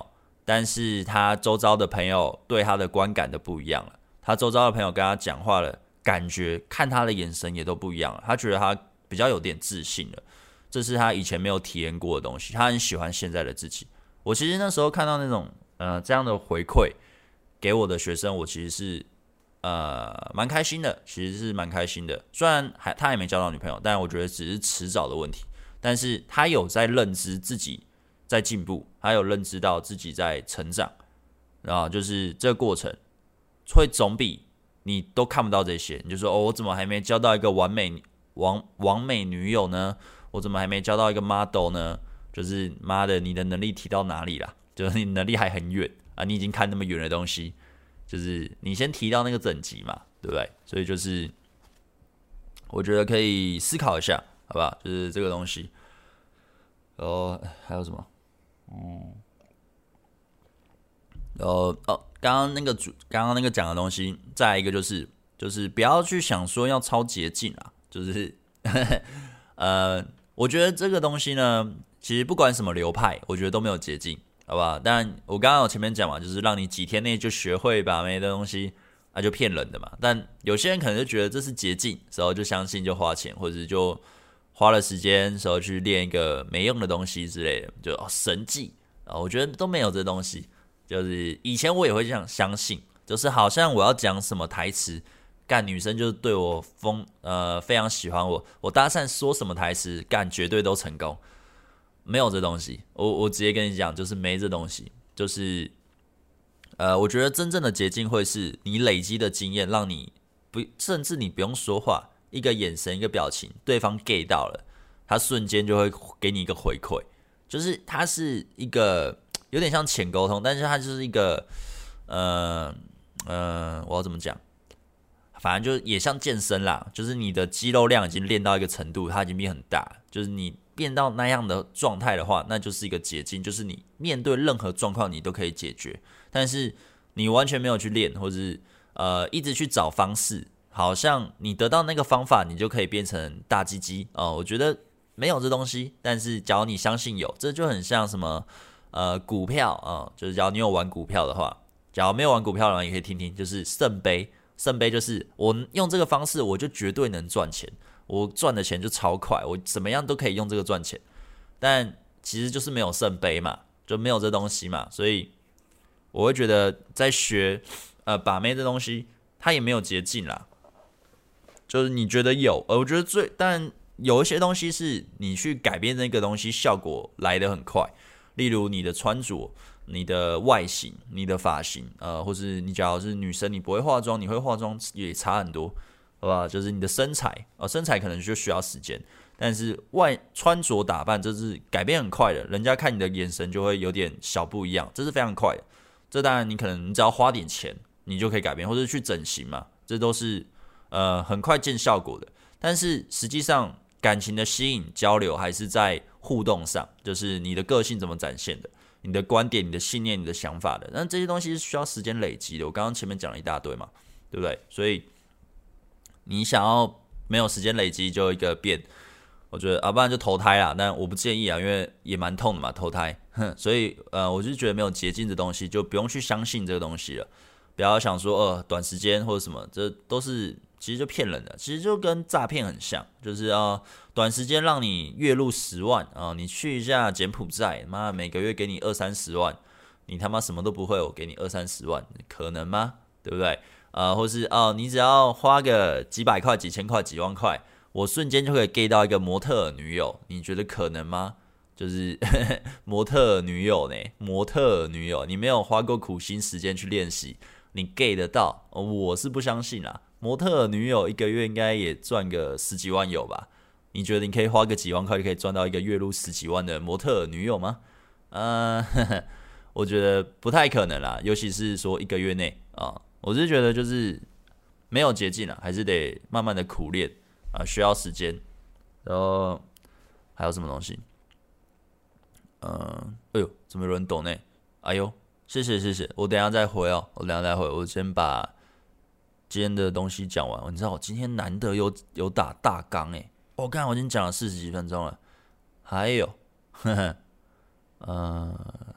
但是他周遭的朋友对他的观感都不一样了，他周遭的朋友跟他讲话了，感觉看他的眼神也都不一样了，他觉得他比较有点自信了，这是他以前没有体验过的东西，他很喜欢现在的自己。我其实那时候看到那种呃这样的回馈给我的学生，我其实是呃蛮开心的，其实是蛮开心的。虽然还他也没交到女朋友，但我觉得只是迟早的问题。但是他有在认知自己在进步，他有认知到自己在成长，然后就是这个过程会总比你都看不到这些，你就说哦，我怎么还没交到一个完美完完美女友呢？我怎么还没交到一个 model 呢？就是妈的，你的能力提到哪里啦？就是你能力还很远啊，你已经看那么远的东西，就是你先提到那个等级嘛，对不对？所以就是我觉得可以思考一下。好吧，就是这个东西。然后还有什么？嗯，然后哦，刚刚那个主，刚刚那个讲的东西，再来一个就是，就是不要去想说要超捷径啊，就是呃，我觉得这个东西呢，其实不管什么流派，我觉得都没有捷径，好不好？但我刚刚有前面讲嘛，就是让你几天内就学会把妹的东西，那、啊、就骗人的嘛。但有些人可能就觉得这是捷径，然后就相信就花钱，或者就花了时间时候去练一个没用的东西之类的，就、哦、神技啊，我觉得都没有这东西。就是以前我也会这样相信，就是好像我要讲什么台词，干女生就对我疯呃非常喜欢我，我搭讪说什么台词，干绝对都成功，没有这东西。我我直接跟你讲，就是没这东西。就是呃，我觉得真正的捷径会是你累积的经验，让你不甚至你不用说话。一个眼神，一个表情，对方 get 到了，他瞬间就会给你一个回馈，就是它是一个有点像浅沟通，但是它就是一个，呃呃，我要怎么讲？反正就也像健身啦，就是你的肌肉量已经练到一个程度，它已经变很大，就是你变到那样的状态的话，那就是一个捷径，就是你面对任何状况你都可以解决，但是你完全没有去练，或是呃一直去找方式。好像你得到那个方法，你就可以变成大鸡鸡哦。我觉得没有这东西，但是假如你相信有，这就很像什么呃股票啊、哦，就是假如你有玩股票的话，假如没有玩股票的话，也可以听听，就是圣杯，圣杯就是我用这个方式，我就绝对能赚钱，我赚的钱就超快，我怎么样都可以用这个赚钱。但其实就是没有圣杯嘛，就没有这东西嘛，所以我会觉得在学呃把妹这东西，它也没有捷径啦。就是你觉得有，呃，我觉得最，但有一些东西是你去改变那个东西，效果来得很快。例如你的穿着、你的外形、你的发型，呃，或是你假如是女生，你不会化妆，你会化妆也差很多，好吧？就是你的身材，呃，身材可能就需要时间，但是外穿着打扮这是改变很快的，人家看你的眼神就会有点小不一样，这是非常快的。这当然你可能你只要花点钱，你就可以改变，或者去整形嘛，这都是。呃，很快见效果的，但是实际上感情的吸引交流还是在互动上，就是你的个性怎么展现的，你的观点、你的信念、你的想法的，那这些东西是需要时间累积的。我刚刚前面讲了一大堆嘛，对不对？所以你想要没有时间累积就一个变，我觉得啊，不然就投胎啦。但我不建议啊，因为也蛮痛的嘛，投胎。哼，所以呃，我就觉得没有捷径的东西，就不用去相信这个东西了。不要想说呃短时间或者什么，这都是。其实就骗人的，其实就跟诈骗很像，就是啊，短时间让你月入十万啊，你去一下柬埔寨，妈每个月给你二三十万，你他妈什么都不会，我给你二三十万，可能吗？对不对？呃，或是哦，你只要花个几百块、几千块、几万块，我瞬间就可以 get 到一个模特女友，你觉得可能吗？就是模特女友呢，模特女友，你没有花过苦心时间去练习，你 get 得到？哦、我是不相信啦。模特女友一个月应该也赚个十几万有吧？你觉得你可以花个几万块就可以赚到一个月入十几万的模特女友吗？呃，呵呵我觉得不太可能啦，尤其是说一个月内啊，我是觉得就是没有捷径啦，还是得慢慢的苦练啊，需要时间。然后还有什么东西？嗯，哎呦，怎么有人懂呢？哎呦，谢谢谢谢，我等一下再回哦，我等一下再回，我先把。今天的东西讲完，你知道我今天难得有有打大纲诶，我、哦、看我已经讲了四十几分钟了，还有，呵呵，呃，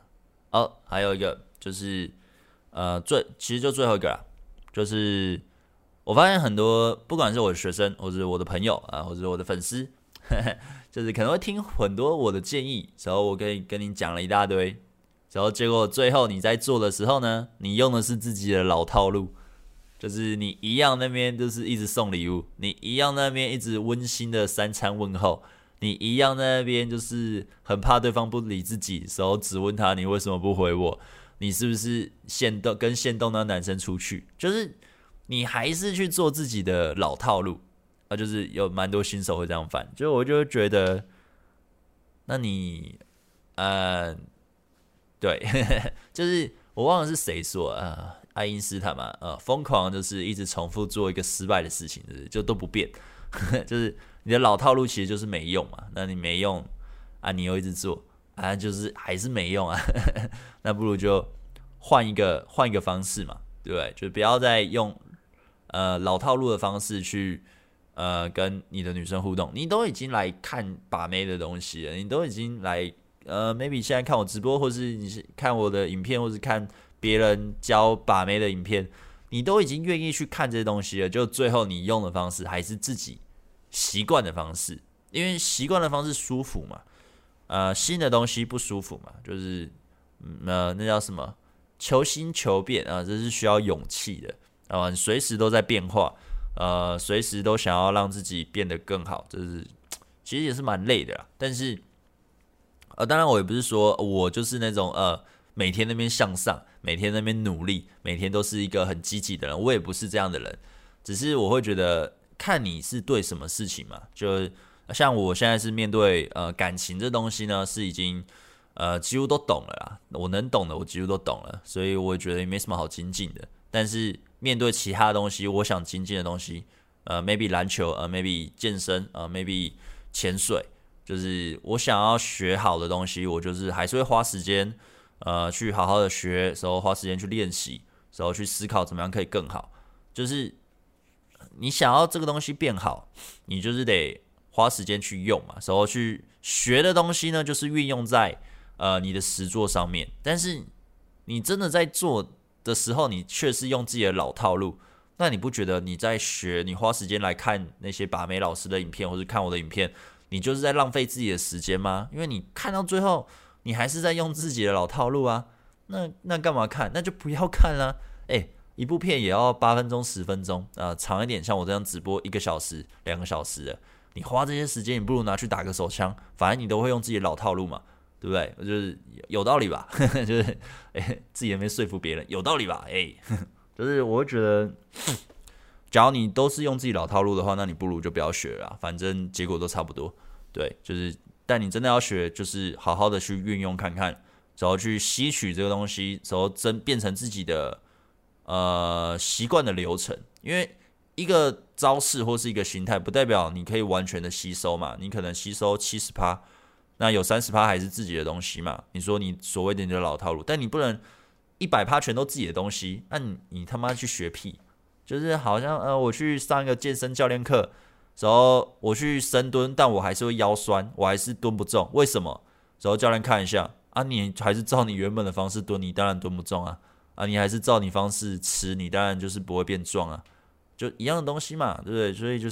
哦，还有一个就是呃最其实就最后一个啦，就是我发现很多不管是我的学生或者我的朋友啊，或者我的粉丝，就是可能会听很多我的建议，然后我可以跟你讲了一大堆，然后结果最后你在做的时候呢，你用的是自己的老套路。就是你一样那边就是一直送礼物，你一样那边一直温馨的三餐问候，你一样在那边就是很怕对方不理自己，然后只问他你为什么不回我，你是不是限动跟限动那男生出去，就是你还是去做自己的老套路啊，就是有蛮多新手会这样犯，就我就会觉得，那你呃对，就是我忘了是谁说啊。呃爱因斯坦嘛，呃，疯狂就是一直重复做一个失败的事情，就是就都不变，就是你的老套路其实就是没用嘛。那你没用啊，你又一直做啊，就是还是没用啊。那不如就换一个换一个方式嘛，对不对？就不要再用呃老套路的方式去呃跟你的女生互动。你都已经来看把妹的东西了，你都已经来呃，maybe 现在看我直播，或是你看我的影片，或是看别人教把妹的影片，你都已经愿意去看这些东西了，就最后你用的方式还是自己习惯的方式，因为习惯的方式舒服嘛，呃，新的东西不舒服嘛，就是嗯呃那叫什么求新求变啊、呃，这是需要勇气的啊，呃、随时都在变化，呃，随时都想要让自己变得更好，这是其实也是蛮累的啦，但是呃，当然我也不是说我就是那种呃。每天那边向上，每天那边努力，每天都是一个很积极的人。我也不是这样的人，只是我会觉得看你是对什么事情嘛。就像我现在是面对呃感情这东西呢，是已经呃几乎都懂了啦。我能懂的我几乎都懂了，所以我觉得也没什么好精进的。但是面对其他东西，我想精进的东西，呃，maybe 篮球，呃，maybe 健身，呃，maybe 潜水，就是我想要学好的东西，我就是还是会花时间。呃，去好好的学，然后花时间去练习，然后去思考怎么样可以更好。就是你想要这个东西变好，你就是得花时间去用嘛，然后去学的东西呢，就是运用在呃你的实作上面。但是你真的在做的时候，你却是用自己的老套路，那你不觉得你在学，你花时间来看那些把妹老师的影片，或是看我的影片，你就是在浪费自己的时间吗？因为你看到最后。你还是在用自己的老套路啊，那那干嘛看？那就不要看啦、啊。哎、欸，一部片也要八分钟、十分钟啊、呃，长一点，像我这样直播一个小时、两个小时的，你花这些时间，你不如拿去打个手枪，反正你都会用自己的老套路嘛，对不对？就是有道理吧？就是哎、欸，自己也没说服别人，有道理吧？哎、欸，就是我会觉得，假如你都是用自己老套路的话，那你不如就不要学了啦，反正结果都差不多。对，就是。但你真的要学，就是好好的去运用看看，然后去吸取这个东西，然后真变成自己的呃习惯的流程。因为一个招式或是一个形态，不代表你可以完全的吸收嘛。你可能吸收 百分之七十， 那有 百分之三十 还是自己的东西嘛。你说你所谓的你的老套路，但你不能 百分之百 全都自己的东西，那你你他妈去学屁，就是好像呃我去上一个健身教练课。然后我去深蹲，但我还是会腰酸，我还是蹲不重。为什么？然后教练看一下啊，你还是照你原本的方式蹲，你当然蹲不重啊。啊，你还是照你方式吃，你当然就是不会变壮啊。就一样的东西嘛，对不对？所以就是，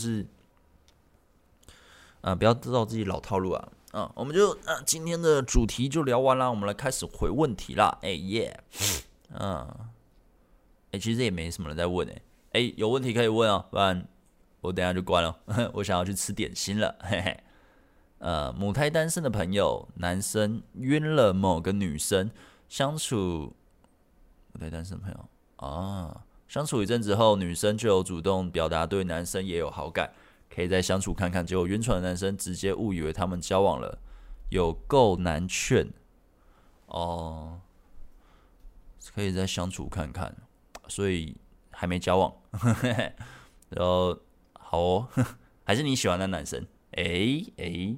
啊，不要照自己老套路啊。啊，我们就啊，今天的主题就聊完了，我们来开始回问题啦。哎耶，嗯，哎，其实也没什么人在问哎，哎，有问题可以问啊，不然。我等一下就关了，我想要去吃点心了，嘿嘿。呃，母胎单身的朋友，男生晕了某个女生，相处母胎单身的朋友啊，相处一阵子后，女生就有主动表达对男生也有好感，可以再相处看看。结果晕船的男生直接误以为他们交往了，有够难劝哦。可以再相处看看，所以还没交往，然后。好哦，还是你喜欢的男生？哎哎，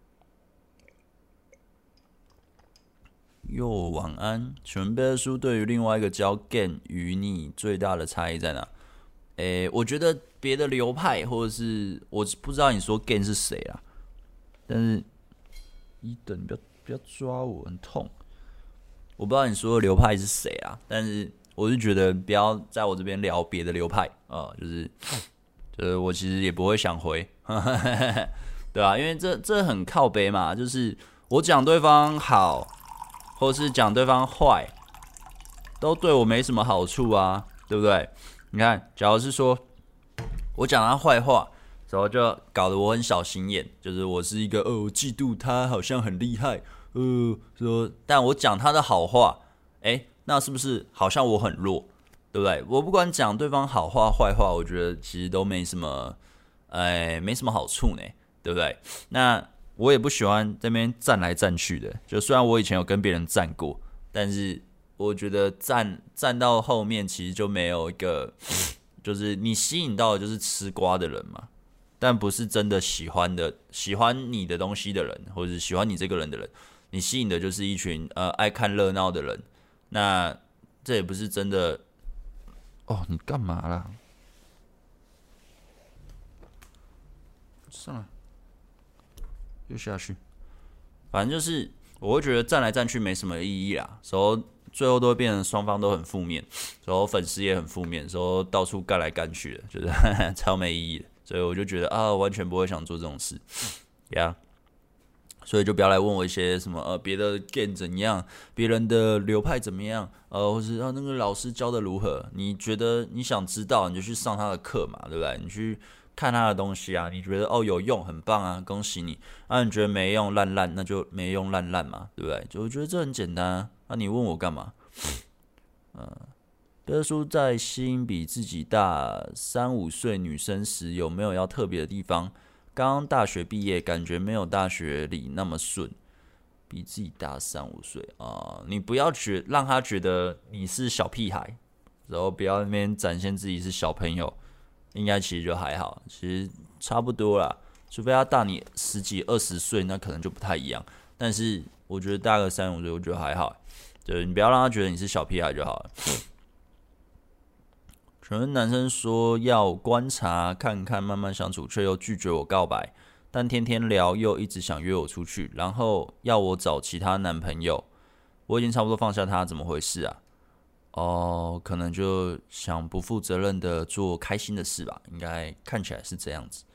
哟，晚安。请问贝尔叔对于另外一个教 Gen 与你最大的差异在哪？哎，我觉得别的流派或者是我不知道你说 Gen 是谁啦，但是伊等不要不要抓我，很痛。 我不知道你说的流派是谁啊，但是我是觉得不要在我这边聊别的流派啊、呃，就是就是我其实也不会想回，对啊，因为这这很靠北嘛，就是我讲对方好，或是讲对方坏，都对我没什么好处啊，对不对？你看，假如是说我讲他坏话，然后就搞得我很小心眼，就是我是一个哦，嫉妒他好像很厉害，呃，说，但我讲他的好话，哎，那是不是好像我很弱，对不对？我不管讲对方好话坏话，我觉得其实都没什么，哎，没什么好处呢，对不对？那我也不喜欢这边站来站去的，就虽然我以前有跟别人站过，但是我觉得站站到后面其实就没有一个，就是你吸引到的就是吃瓜的人嘛。但不是真的喜欢的、喜欢你的东西的人，或者是喜欢你这个人的人，你吸引的就是一群呃爱看热闹的人。那这也不是真的。哦，你干嘛啦？上来，又下去。反正就是我会觉得站来站去没什么意义啦，然后最后都会变成双方都很负面，然后粉丝也很负面，然后到处干来干去的，就是超没意义的。所以我就觉得啊，完全不会想做这种事，呀、yeah 。所以就不要来问我一些什么呃别的 game 怎样，别人的流派怎么样，呃，或是啊那个老师教的如何？你觉得你想知道，你就去上他的课嘛，对不对？你去看他的东西啊，你觉得哦有用，很棒啊，恭喜你。啊，你觉得没用烂烂，那就没用烂烂嘛，对不对？就我觉得这很简单啊。啊，你问我干嘛？嗯、呃。哥叔在吸引比自己大三五岁女生时，有没有要特别的地方？刚刚大学毕业，感觉没有大学里那么顺。比自己大三五岁啊、呃，你不要觉让他觉得你是小屁孩，然后不要那边展现自己是小朋友，应该其实就还好，其实差不多啦。除非他大你十几二十岁，那可能就不太一样。但是我觉得大个三五岁，我觉得还好，对你不要让他觉得你是小屁孩就好了。可能男生说要观察看看，慢慢相处，却又拒绝我告白，但天天聊又一直想约我出去，然后要我找其他男朋友，我已经差不多放下他，怎么回事啊？哦，可能就想不负责任的做开心的事吧，应该看起来是这样子。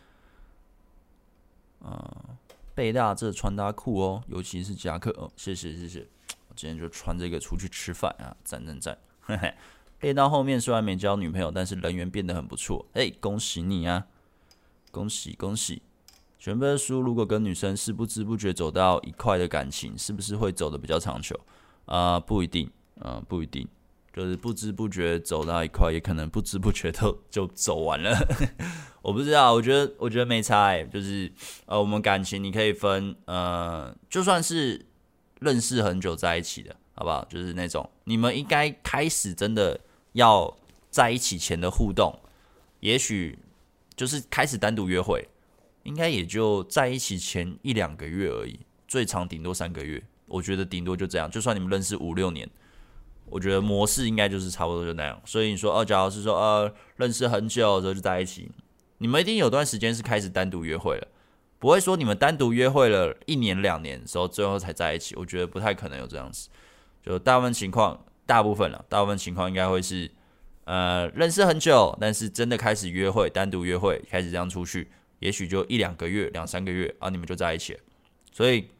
嗯，贝大这穿搭酷哦，尤其是夹克哦，谢谢谢谢，我今天就穿这个出去吃饭啊，赞赞赞，嘿嘿。练到后面虽然没交女朋友，但是人缘变得很不错。哎、欸，恭喜你啊！恭喜恭喜！全本书如果跟女生是不知不觉走到一块的感情，是不是会走得比较长久？啊、呃，不一定，啊、呃，不一定，就是不知不觉走到一块，也可能不知不觉都就走完了。我不知道，我觉得我觉得没差、欸，就是呃，我们感情你可以分，呃，就算是认识很久在一起的，好不好？就是那种你们应该开始真的。要在一起前的互动，也许就是开始单独约会，应该也就在一起前一两个月而已，最长顶多三个月。我觉得顶多就这样。就算你们认识五六年，我觉得模式应该就是差不多就那样。所以你说，哦，假如是说，呃，认识很久之后就在一起，你们一定有段时间是开始单独约会了，不会说你们单独约会了一年两年的时候，最后才在一起。我觉得不太可能有这样子。就大部分情况。大部分了，大部分情况应该会是，呃，认识很久，但是真的开始约会，单独约会，开始这样出去，也许就一两个月、两三个月啊，你们就在一起了。所以，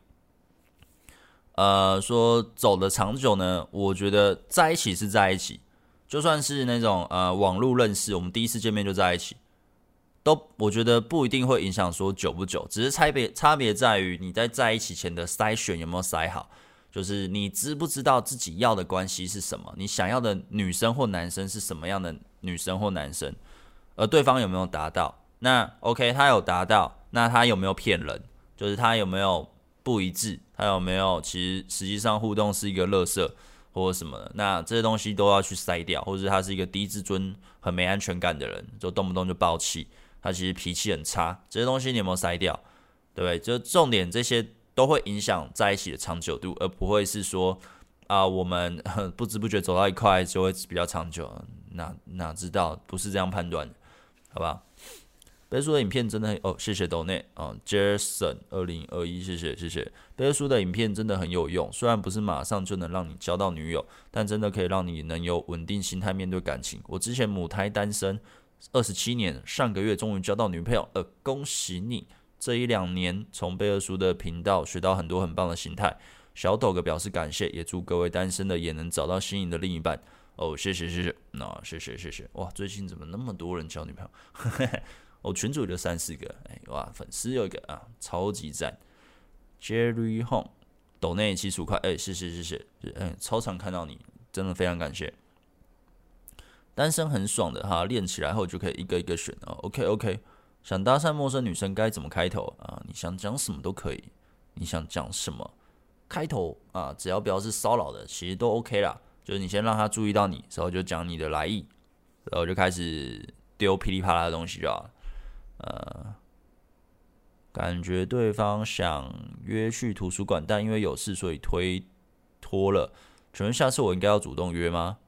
呃，说走的长久呢，我觉得在一起是在一起，就算是那种呃网络认识，我们第一次见面就在一起，都我觉得不一定会影响说久不久，只是差别差别在于你在在一起前的筛选有没有筛好。就是你知不知道自己要的关系是什么？你想要的女生或男生是什么样的女生或男生？而对方有没有达到？那 OK， 他有达到，那他有没有骗人？就是他有没有不一致？他有没有其实实际上互动是一个垃圾或者什么的？那这些东西都要去筛掉，或者是他是一个低自尊、很没安全感的人，就动不动就爆气，他其实脾气很差，这些东西你有没有筛掉？对不对？就重点这些。都会影响在一起的长久度，而不会是说啊、呃，我们不知不觉走到一块就会比较长久。哪哪知道不是这样判断的，好不好？ 贝尔叔的影片真的很哦，谢谢斗内啊 ，Jason 二零二一，谢谢谢谢。贝尔叔的影片真的很有用，虽然不是马上就能让你交到女友，但真的可以让你能有稳定心态面对感情。我之前母胎单身二十七年，上个月终于交到女朋友，呃，恭喜你！这一两年从贝尔叔的频道学到很多很棒的心态，小抖个表示感谢，也祝各位单身的也能找到心仪的另一半。哦，谢谢谢谢，那、哦、谢谢谢谢。哇，最近怎么那么多人交女朋友？我、哦、群主就三四个，哎哇，粉丝有一个啊，超级赞。Jerry Hong 抖内七十五块，哎，谢谢谢谢，嗯，超常看到你，真的非常感谢。单身很爽的哈，练起来后就可以一个一个选哦。OK OK。想搭讪陌生女生该怎么开头啊？你想讲什么都可以，你想讲什么开头啊？只要不要是骚扰的，其实都 OK 啦。就是你先让他注意到你，然后就讲你的来意，然后就开始丢噼里啪啦的东西就好了。呃，感觉对方想约去图书馆，但因为有事所以推脱了。请问下次我应该要主动约吗？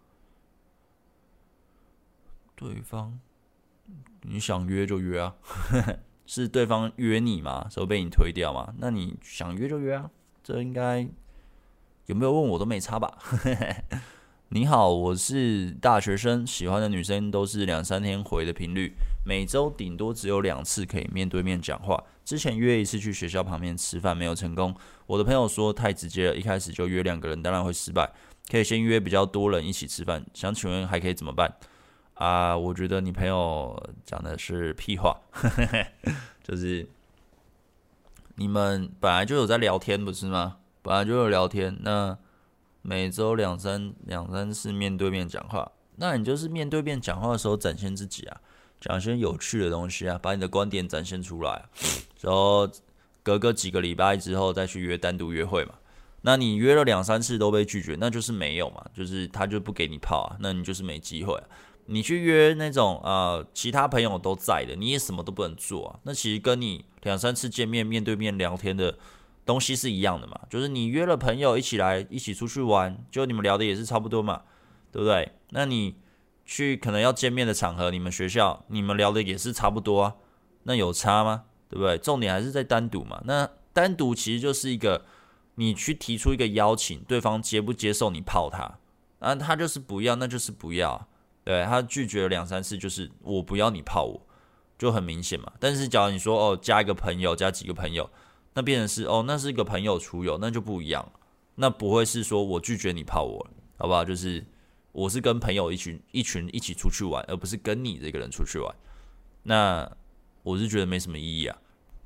对方。你想约就约啊，是对方约你吗？所以被你推掉吗？那你想约就约啊，这应该有没有问我都没差吧？你好，我是大学生，喜欢的女生都是两三天回的频率，每周顶多只有两次可以面对面讲话。之前约一次去学校旁边吃饭没有成功，我的朋友说太直接了，一开始就约两个人当然会失败，可以先约比较多人一起吃饭。想请问还可以怎么办？啊，我觉得你朋友讲的是屁话，就是你们本来就有在聊天，不是吗？本来就有聊天，那每周两三两三次面对面讲话，那你就是面对面讲话的时候展现自己啊，讲一些有趣的东西啊，把你的观点展现出来啊，然后隔个几个礼拜之后再去约单独约会嘛。那你约了两三次都被拒绝，那就是没有嘛，就是他就不给你泡啊，那你就是没机会啊。你去约那种呃其他朋友都在的，你也什么都不能做啊。那其实跟你两三次见面面对面聊天的东西是一样的嘛，就是你约了朋友一起来一起出去玩，就你们聊的也是差不多嘛，对不对？那你去可能要见面的场合，你们学校你们聊的也是差不多啊，那有差吗？对不对？重点还是在单独嘛。那单独其实就是一个你去提出一个邀请，对方接不接受你泡他，啊，他就是不要，那就是不要。对，他拒绝了两三次，就是我不要你泡我，就很明显嘛。但是假如你说哦加一个朋友，加几个朋友，那变成是哦那是一个朋友出游，那就不一样。那不会是说我拒绝你泡我，好不好？就是我是跟朋友一群一群一起出去玩，而不是跟你这个人出去玩。那我是觉得没什么意义啊。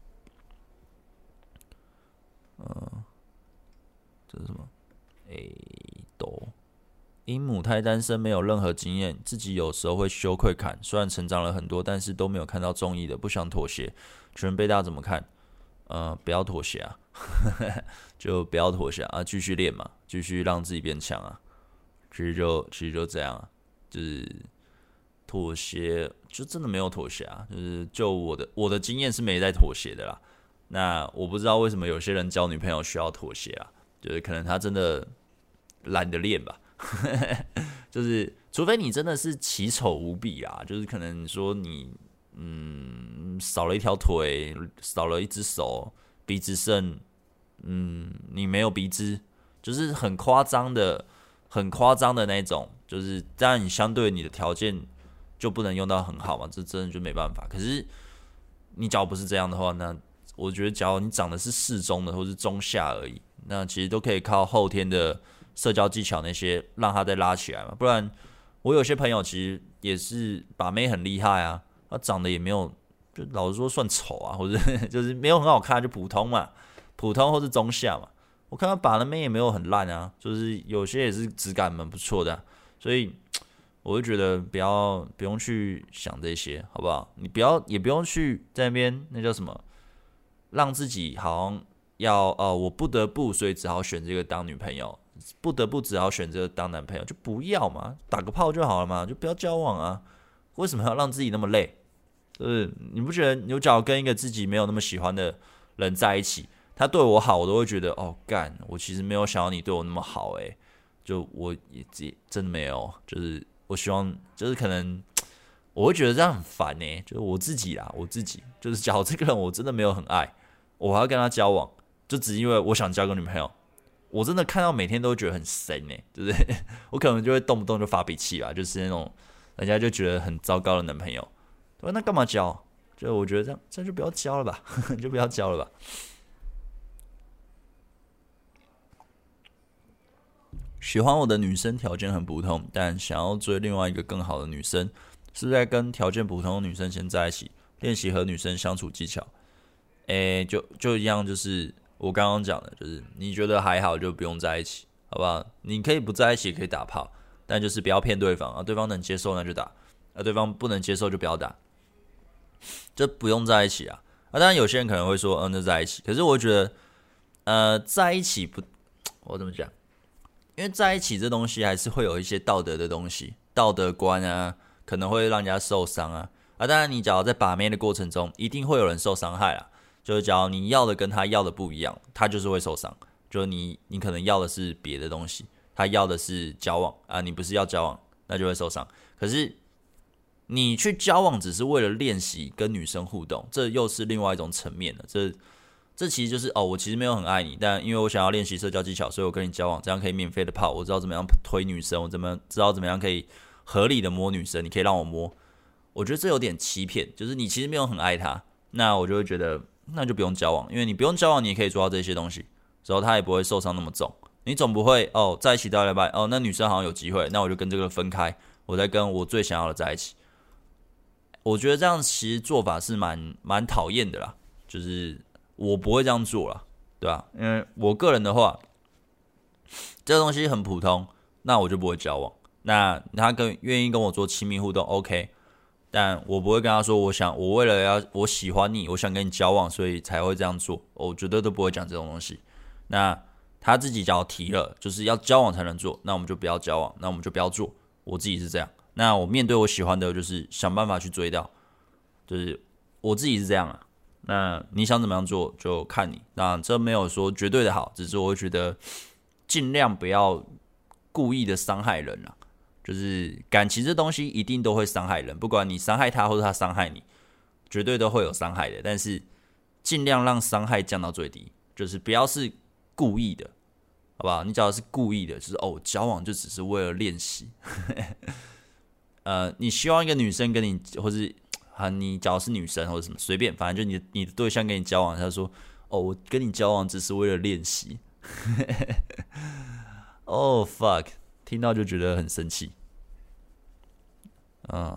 嗯、呃，这是什么？诶，都。因母胎单身没有任何经验，自己有时候会羞愧感，虽然成长了很多，但是都没有看到中意的，不想妥协。请问贝大怎么看？呃，不要妥协啊，就不要妥协啊，继续练嘛，继续让自己变强啊。其实就其实就这样啊，就是妥协，就真的没有妥协啊。就是就我的我的经验是没在妥协的啦。那我不知道为什么有些人交女朋友需要妥协啊，就是可能他真的懒得练吧。就是除非你真的是奇丑无比啊，就是可能说你嗯少了一条腿，少了一只手，鼻子剩嗯你没有鼻子，就是很夸张的很夸张的那种，就是当然你相对你的条件就不能用到很好嘛，这真的就没办法。可是你假如不是这样的话，那我觉得假如你长得是适中的或是中下而已，那其实都可以靠后天的社交技巧那些让他再拉起来嘛。不然我有些朋友其实也是把妹很厉害啊，他长得也没有，就老实说算丑啊，或者就是没有很好看，就普通嘛，普通或是中下嘛。我看他把的妹也没有很烂啊，就是有些也是质感蛮不错的啊，所以我就觉得不要不用去想这些，好不好？你不要也不用去在那边那叫什么，让自己好像要呃我不得不，所以只好选这个当女朋友。不得不只好选择当男朋友，就不要嘛，打个炮就好了嘛，就不要交往啊。为什么要让自己那么累？就是你不觉得，你假如跟一个自己没有那么喜欢的人在一起，他对我好，我都会觉得哦干，我其实没有想要你对我那么好诶，就我也真的没有，就是我希望，就是可能我会觉得这样很烦呢、欸。就是我自己啦，我自己就是假如这个人我真的没有很爱，我还要跟他交往，就只因为我想交个女朋友，我真的看到每天都觉得很神呢、欸，对不对？我可能就会动不动就发脾气吧，就是那种人家就觉得很糟糕的男朋友，对吧？那干嘛交？就我觉得这样，这样就不要交了吧，就不要交了吧。喜欢我的女生条件很普通，但想要追另外一个更好的女生，是在跟条件普通的女生先在一起，练习和女生相处技巧。诶，就就一样，就是我刚刚讲的，就是你觉得还好就不用在一起，好不好？你可以不在一起，也可以打炮，但就是不要骗对方啊，对方能接受那就打，啊，对方不能接受就不要打，就不用在一起啊。啊，当然有些人可能会说，嗯，那在一起，可是我觉得，呃，在一起不，我怎么讲？因为在一起这东西还是会有一些道德的东西，道德观啊，可能会让人家受伤啊。啊，当然你假如在把妹的过程中，一定会有人受伤害啦。就是假如你要的跟他要的不一样，他就是会受伤。就是你你可能要的是别的东西，他要的是交往啊，你不是要交往，那就会受伤。可是你去交往只是为了练习跟女生互动，这又是另外一种层面了。这这其实就是哦，我其实没有很爱你，但因为我想要练习社交技巧，所以我跟你交往，这样可以免费的泡，我知道怎么样推女生，我怎么知道怎么样可以合理的摸女生，你可以让我摸。我觉得这有点欺骗，就是你其实没有很爱她，那我就会觉得那就不用交往，因为你不用交往，你也可以做到这些东西，之后她也不会受伤那么重。你总不会哦在一起到一半哦，那女生好像有机会，那我就跟这个分开，我再跟我最想要的在一起。我觉得这样其实做法是蛮蛮讨厌的啦，就是我不会这样做啦，对吧？因为我个人的话，这个东西很普通，那我就不会交往。那他跟愿意跟我做亲密互动 ，OK， 但我不会跟他说，我想我为了要我喜欢你，我想跟你交往，所以才会这样做。我绝对都不会讲这种东西。那他自己只要提了，就是要交往才能做，那我们就不要交往，那我们就不要做。我自己是这样。那我面对我喜欢的，就是想办法去追到，就是我自己是这样啊。那你想怎么样做就看你。那这没有说绝对的好，只是我会觉得尽量不要故意的伤害人啊。就是感情这东西一定都会伤害人，不管你伤害他或者他伤害你，绝对都会有伤害的。但是尽量让伤害降到最低，就是不要是故意的，好不好？你只要是故意的，就是哦，交往就只是为了练习。呃，你希望一个女生跟你，或是啊，你假如是女生或者什么，随便，反正就你的你的对象跟你交往，他说，哦，我跟你交往只是为了练习。哦 fuck， 听到就觉得很生气。嗯，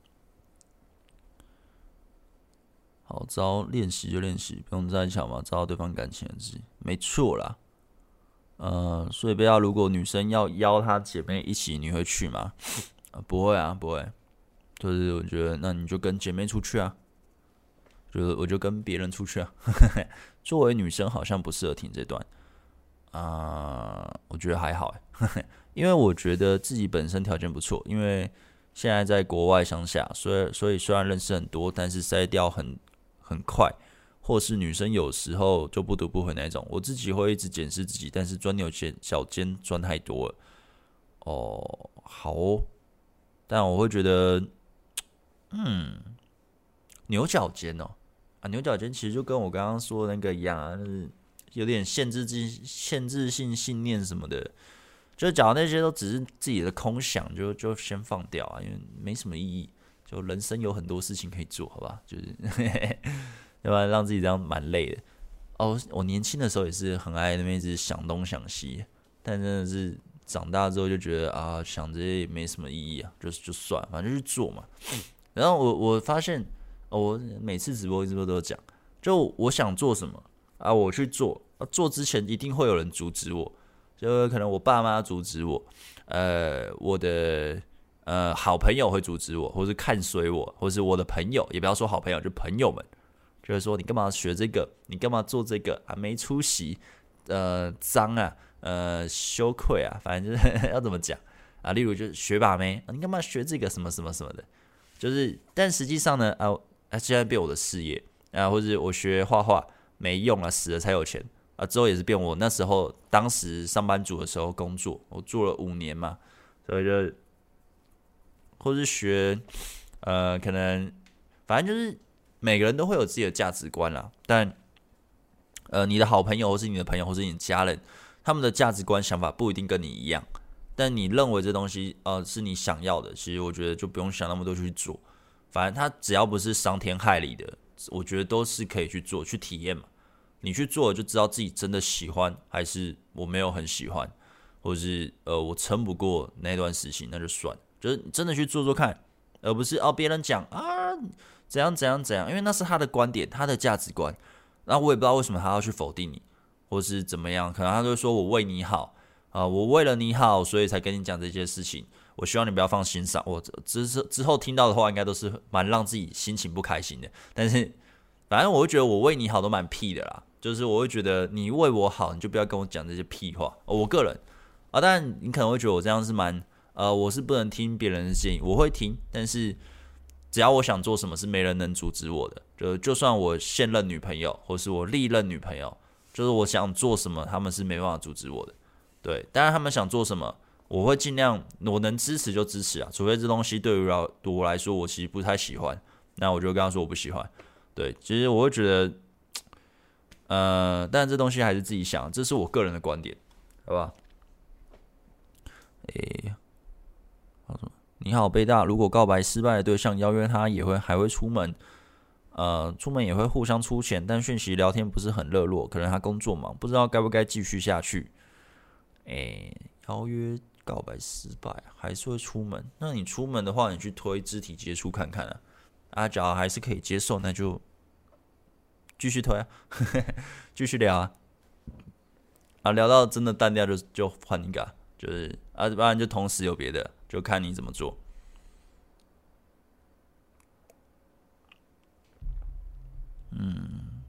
好，招练习就练习，不用在一起嘛，找到对方感情的自己，没错啦。呃，所以不要，如果女生要邀她姐妹一起，你会去吗？呃、不会啊，不会。就是我觉得，那你就跟姐妹出去啊，就我就跟别人出去啊。作为女生，好像不适合听这段啊、呃，我觉得还好哎，因为我觉得自己本身条件不错，因为现在在国外乡下，所以所以虽然认识很多，但是筛掉很很快，或是女生有时候就不读不回那种，我自己会一直检视自己，但是钻牛角尖钻太多了。哦，好哦，但我会觉得。嗯，牛角尖哦，啊，牛角尖其实就跟我刚刚说的那个一样啊，就是有点限制性、限制性信念什么的，就是讲那些都只是自己的空想，就就先放掉啊，因为没什么意义。就人生有很多事情可以做，好吧？就是要不然让自己这样蛮累的。哦，我年轻的时候也是很爱那边一直想东想西，但真的是长大之后就觉得啊，想这些也没什么意义啊，就就算，反正就去做嘛。然后我我发现，哦，我每次直播直播都讲，就我想做什么啊，我去做，啊，做之前一定会有人阻止我，就可能我爸妈阻止我，呃，我的呃好朋友会阻止我，或是看衰我，或是我的朋友，也不要说好朋友，就朋友们，就是说你干嘛学这个，你干嘛做这个啊，没出息，呃，脏啊，呃，羞愧啊，反正就是要怎么讲啊，例如就是学把妹，啊，你干嘛学这个什么什么什么的。就是，但实际上呢，啊，啊，现在变我的事业啊，或者我学画画没用啊，死了才有钱啊，之后也是变我那时候当时上班族的时候工作，我做了五年嘛，所以就，或是学呃，可能反正就是每个人都会有自己的价值观啦，但呃，你的好朋友或是你的朋友或是你的家人，他们的价值观想法不一定跟你一样，但你认为这东西呃是你想要的，其实我觉得就不用想那么多去做，反正它只要不是伤天害理的，我觉得都是可以去做去体验嘛。你去做了就知道自己真的喜欢还是我没有很喜欢，或者是呃我撑不过那段时期，那就算了，就是真的去做做看，而不是哦别人讲啊怎样怎样怎样，因为那是他的观点，他的价值观，然后我也不知道为什么他要去否定你，或是怎么样，可能他就会说我为你好啊、呃，我为了你好，所以才跟你讲这些事情，我希望你不要放心上。我之之后听到的话，应该都是蛮让自己心情不开心的，但是反正我会觉得我为你好都蛮屁的啦。就是我会觉得你为我好，你就不要跟我讲这些屁话。哦、我个人啊，当然你可能会觉得我这样是蛮呃，我是不能听别人的建议，我会听，但是只要我想做什么，是没人能阻止我的。就就算我现任女朋友，或是我历任女朋友，就是我想做什么，他们是没办法阻止我的。对，当然他们想做什么，我会尽量我能支持就支持啊，除非这东西对于我来说我其实不太喜欢，那我就跟他说我不喜欢。对，其实我会觉得。呃，但这东西还是自己想，这是我个人的观点，好吧？诶，你好，贝大，如果告白失败的对象邀约他，也会还会出门，呃，出门也会互相出钱，但讯息聊天不是很热络，可能他工作忙，不知道该不该继续下去。诶，邀约告白失败还是会出门，那你出门的话，你去推肢体接触看看啊，啊，假如还是可以接受，那就。继续推啊，继续聊啊，啊聊到真的淡掉就就换一个，就是啊，不然就同时有别的，就看你怎么做。嗯，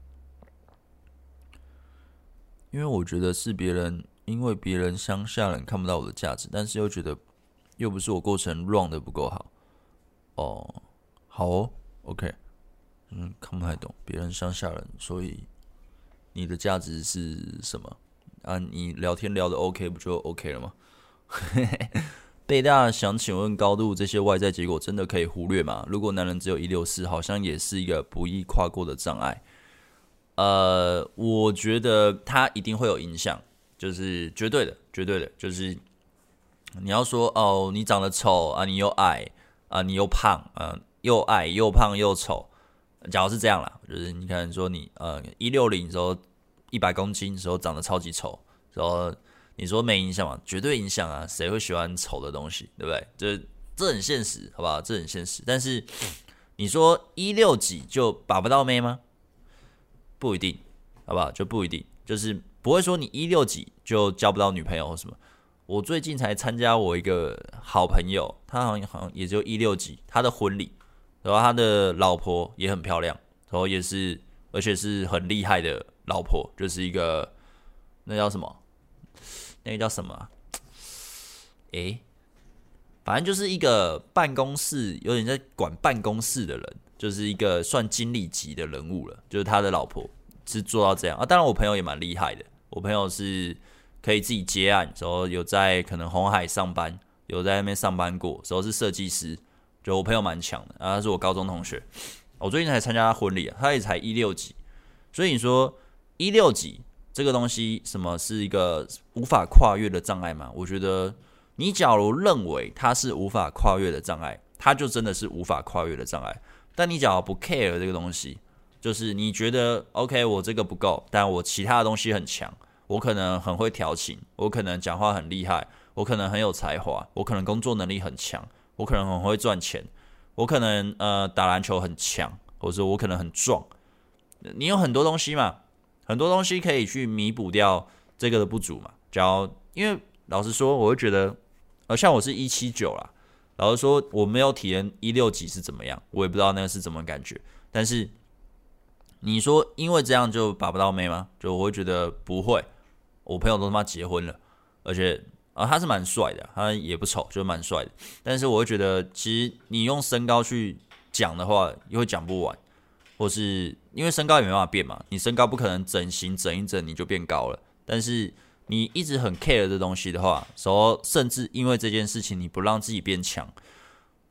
因为我觉得是别人，因为别人乡下人看不到我的价值，但是又觉得又不是我过程 run 的不够好。哦，好哦 ，OK。嗯，看不太懂别人乡下人，所以你的价值是什么啊？你聊天聊的 OK 不就 OK 了吗？贝大想请问高度这些外在结果真的可以忽略吗？如果男人只有一六四，好像也是一个不易跨过的障碍。呃，我觉得它一定会有影响，就是绝对的，绝对的，就是你要说哦，你长得丑啊，你又矮啊，你又胖啊，又矮又胖又丑。假如是这样啦，就是你可能说你呃一六零时候一百公斤时候长得超级丑，然后你说没影响吗？绝对影响啊！谁会喜欢丑的东西，对不对？这这很现实，好不好？这很现实。但是你说一六几就把不到妹吗？不一定，好不好？就不一定，就是不会说你一六几就交不到女朋友或什么。我最近才参加我一个好朋友，他好像好像也就一六几，他的婚礼。然后他的老婆也很漂亮，然后也是，而且是很厉害的老婆，就是一个那叫什么？那个叫什么、啊？诶，反正就是一个办公室有点在管办公室的人，就是一个算经理级的人物了。就是他的老婆是做到这样啊。当然，我朋友也蛮厉害的，我朋友是可以自己接案，然后有在可能鸿海上班，有在那边上班过，然后是设计师。就我朋友蛮强的，啊，他是我高中同学，我最近才参加他婚礼啊，他也才一六几，所以你说一六几这个东西，什么是一个无法跨越的障碍吗？我觉得你假如认为它是无法跨越的障碍，它就真的是无法跨越的障碍。但你假如不 care 这个东西，就是你觉得 OK， 我这个不够，但我其他的东西很强，我可能很会调情，我可能讲话很厉害，我可能很有才华，我可能工作能力很强。我可能很会赚钱，我可能呃打篮球很强，或者说我可能很壮。你有很多东西嘛，很多东西可以去弥补掉这个的不足嘛。假如因为老实说，我会觉得，呃，像我是一七九啦，老实说我没有体验一六几是怎么样，我也不知道那个是怎么感觉。但是你说因为这样就把不到妹吗？就我会觉得不会，我朋友都他妈结婚了，而且。啊，他是蛮帅的，他也不丑，就蛮帅的。但是我会觉得，其实你用身高去讲的话，又会讲不完，或是因为身高也没办法变嘛，你身高不可能整形整一整你就变高了。但是你一直很 care 这东西的话，然后甚至因为这件事情你不让自己变强，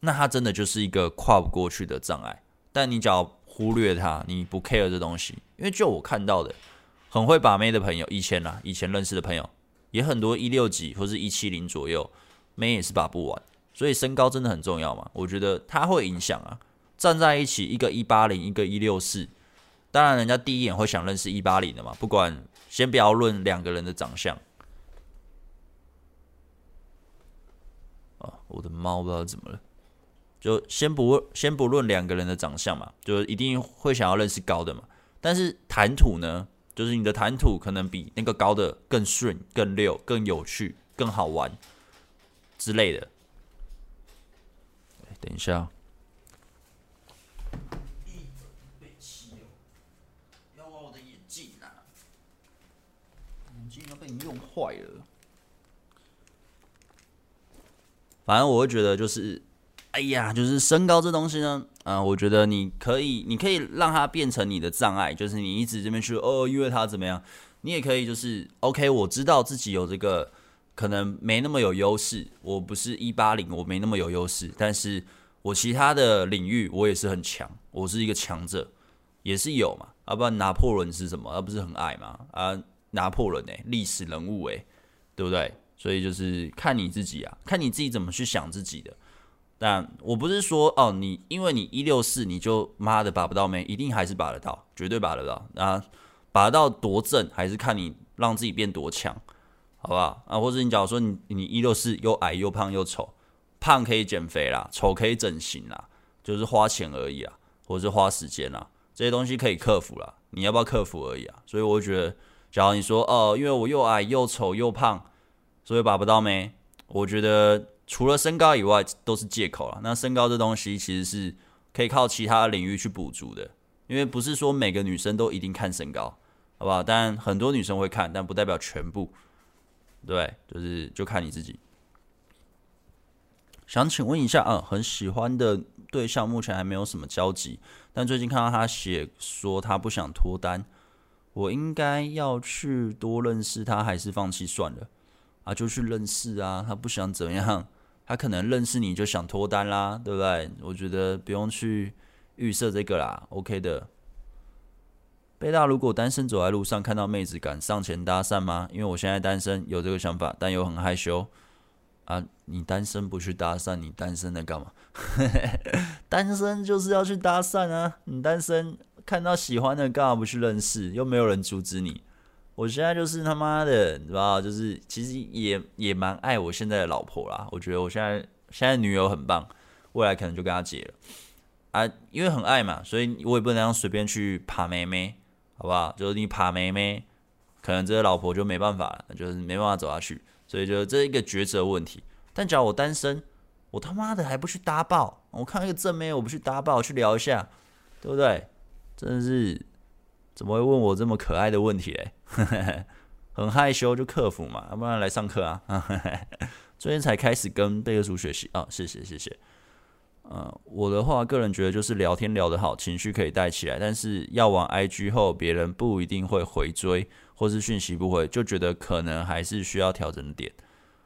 那它真的就是一个跨不过去的障碍。但你只要忽略它，你不 care 这东西，因为就我看到的，很会把妹的朋友，以前啦，以前认识的朋友，也很多一六几或是一七零左右，妹也是把不完。所以身高真的很重要嘛？我觉得它会影响啊。站在一起，一个一八零，一个一六四，当然人家第一眼会想认识一八零的嘛，不管先不要论两个人的长相。啊，我的猫不知道怎么了，就先不先不论两个人的长相嘛，就一定会想要认识高的嘛。但是谈吐呢，就是你的谈吐可能比那个高的更顺、更溜、更有趣、更好玩之类的。等一下，要挖我的眼镜啊！眼镜要被你用坏了。反正我会觉得就是，哎呀，就是身高这东西呢，啊、呃，我觉得你可以，你可以让它变成你的障碍，就是你一直这边去哦，因为他怎么样，你也可以就是 OK， 我知道自己有这个可能没那么有优势，我不是一八零，我没那么有优势，但是我其他的领域我也是很强，我是一个强者，也是有嘛，要、啊、不然拿破仑是什么？他不是很矮嘛？啊，拿破仑哎、欸，历史人物哎、欸，对不对？所以就是看你自己啊，看你自己怎么去想自己的。但我不是说哦，你因为你一六四，你就妈的把不到妹，一定还是把得到，绝对把得到。啊，把得到多正，还是看你让自己变多强，好不好？啊，或者你假如说你你一六四又矮又胖又丑，胖可以减肥啦，丑可以整形啦，就是花钱而已啦，或者是花时间啦，这些东西可以克服啦，你要不要克服而已啊？所以我觉得，假如你说哦，因为我又矮又丑又胖，所以把不到妹，我觉得除了身高以外都是借口啦。那身高这东西其实是可以靠其他领域去补足的，因为不是说每个女生都一定看身高，好不好？但很多女生会看，但不代表全部，对，就是就看你自己。想请问一下，嗯，很喜欢的对象目前还没有什么交集，但最近看到他写说他不想脱单，我应该要去多认识他，还是放弃算了？啊，就去认识啊，他不想怎么样，他可能认识你就想脱单啦，对不对？我觉得不用去预设这个啦 ，OK 的。贝大如果单身走在路上看到妹子敢上前搭讪吗？因为我现在单身，有这个想法，但又很害羞。啊，你单身不去搭讪，你单身在干嘛？单身就是要去搭讪啊！你单身看到喜欢的干嘛不去认识？又没有人阻止你。我现在就是他妈的，你知道，就是其实也也蛮爱我现在的老婆啦。我觉得我现在现在女友很棒，未来可能就跟她结了啊，因为很爱嘛，所以我也不能让随便去爬妹妹，好不好？就是你爬妹妹，可能这个老婆就没办法了，就是没办法走下去，所以就这是一个抉择问题。但假如我单身，我他妈的还不去搭爆？我看到一个正妹，我不去搭爆，去聊一下，对不对？真的是。怎么会问我这么可爱的问题嘞？很害羞就克服嘛，要不然来上课啊。最近才开始跟贝克书学习啊，谢谢谢谢。呃，我的话，个人觉得就是聊天聊得好，情绪可以带起来，但是要往 I G 后，别人不一定会回追，或是讯息不回，就觉得可能还是需要调整点。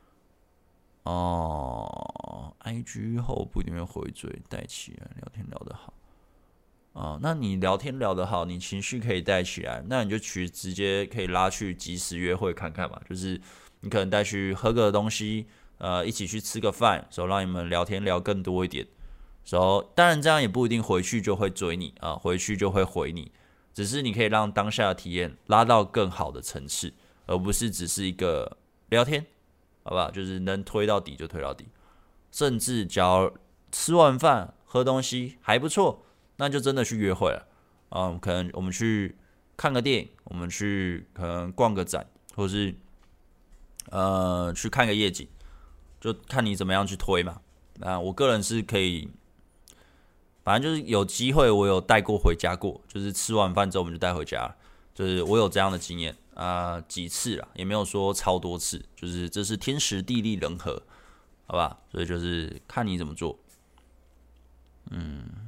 哦 ，I G 后不一定会回追，带起来，聊天聊得好。哦，那你聊天聊得好，你情绪可以带起来，那你就去直接可以拉去即时约会看看嘛，就是你可能带去喝个东西，呃，一起去吃个饭，然后让你们聊天聊更多一点，然后当然这样也不一定回去就会追你啊、呃，回去就会回你，只是你可以让当下的体验拉到更好的层次，而不是只是一个聊天，好不好？就是能推到底就推到底，甚至只要吃完饭喝东西还不错。那就真的去约会了，嗯，可能我们去看个电影，我们去可能逛个展，或是呃去看个夜景，就看你怎么样去推嘛。那我个人是可以，反正就是有机会我有带过回家过，就是吃完饭之后我们就带回家，就是我有这样的经验啊、呃、几次啦，也没有说超多次，就是这是天时地利人和，好吧？所以就是看你怎么做，嗯。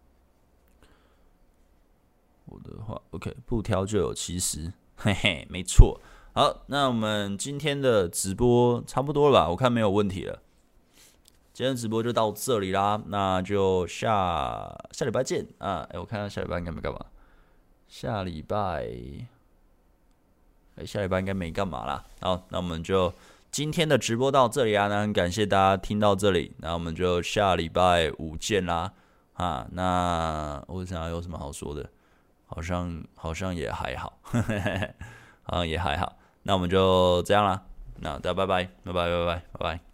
我的话 ，OK， 不挑就有其实，嘿嘿，没错。好，那我们今天的直播差不多了吧？我看没有问题了。 今天的直播就到这里啦，那就下下礼拜见啊！哎，我看看下礼拜应该没干嘛。下礼拜，哎，下礼拜应该没干嘛啦。好，那我们就今天的直播到这里啊，那很感谢大家听到这里，那我们就下礼拜五见啦。啊，那我想要有什么好说的？好像好像也还好，好像也还好。那我们就这样啦，那大家拜拜，拜拜，拜拜，拜拜。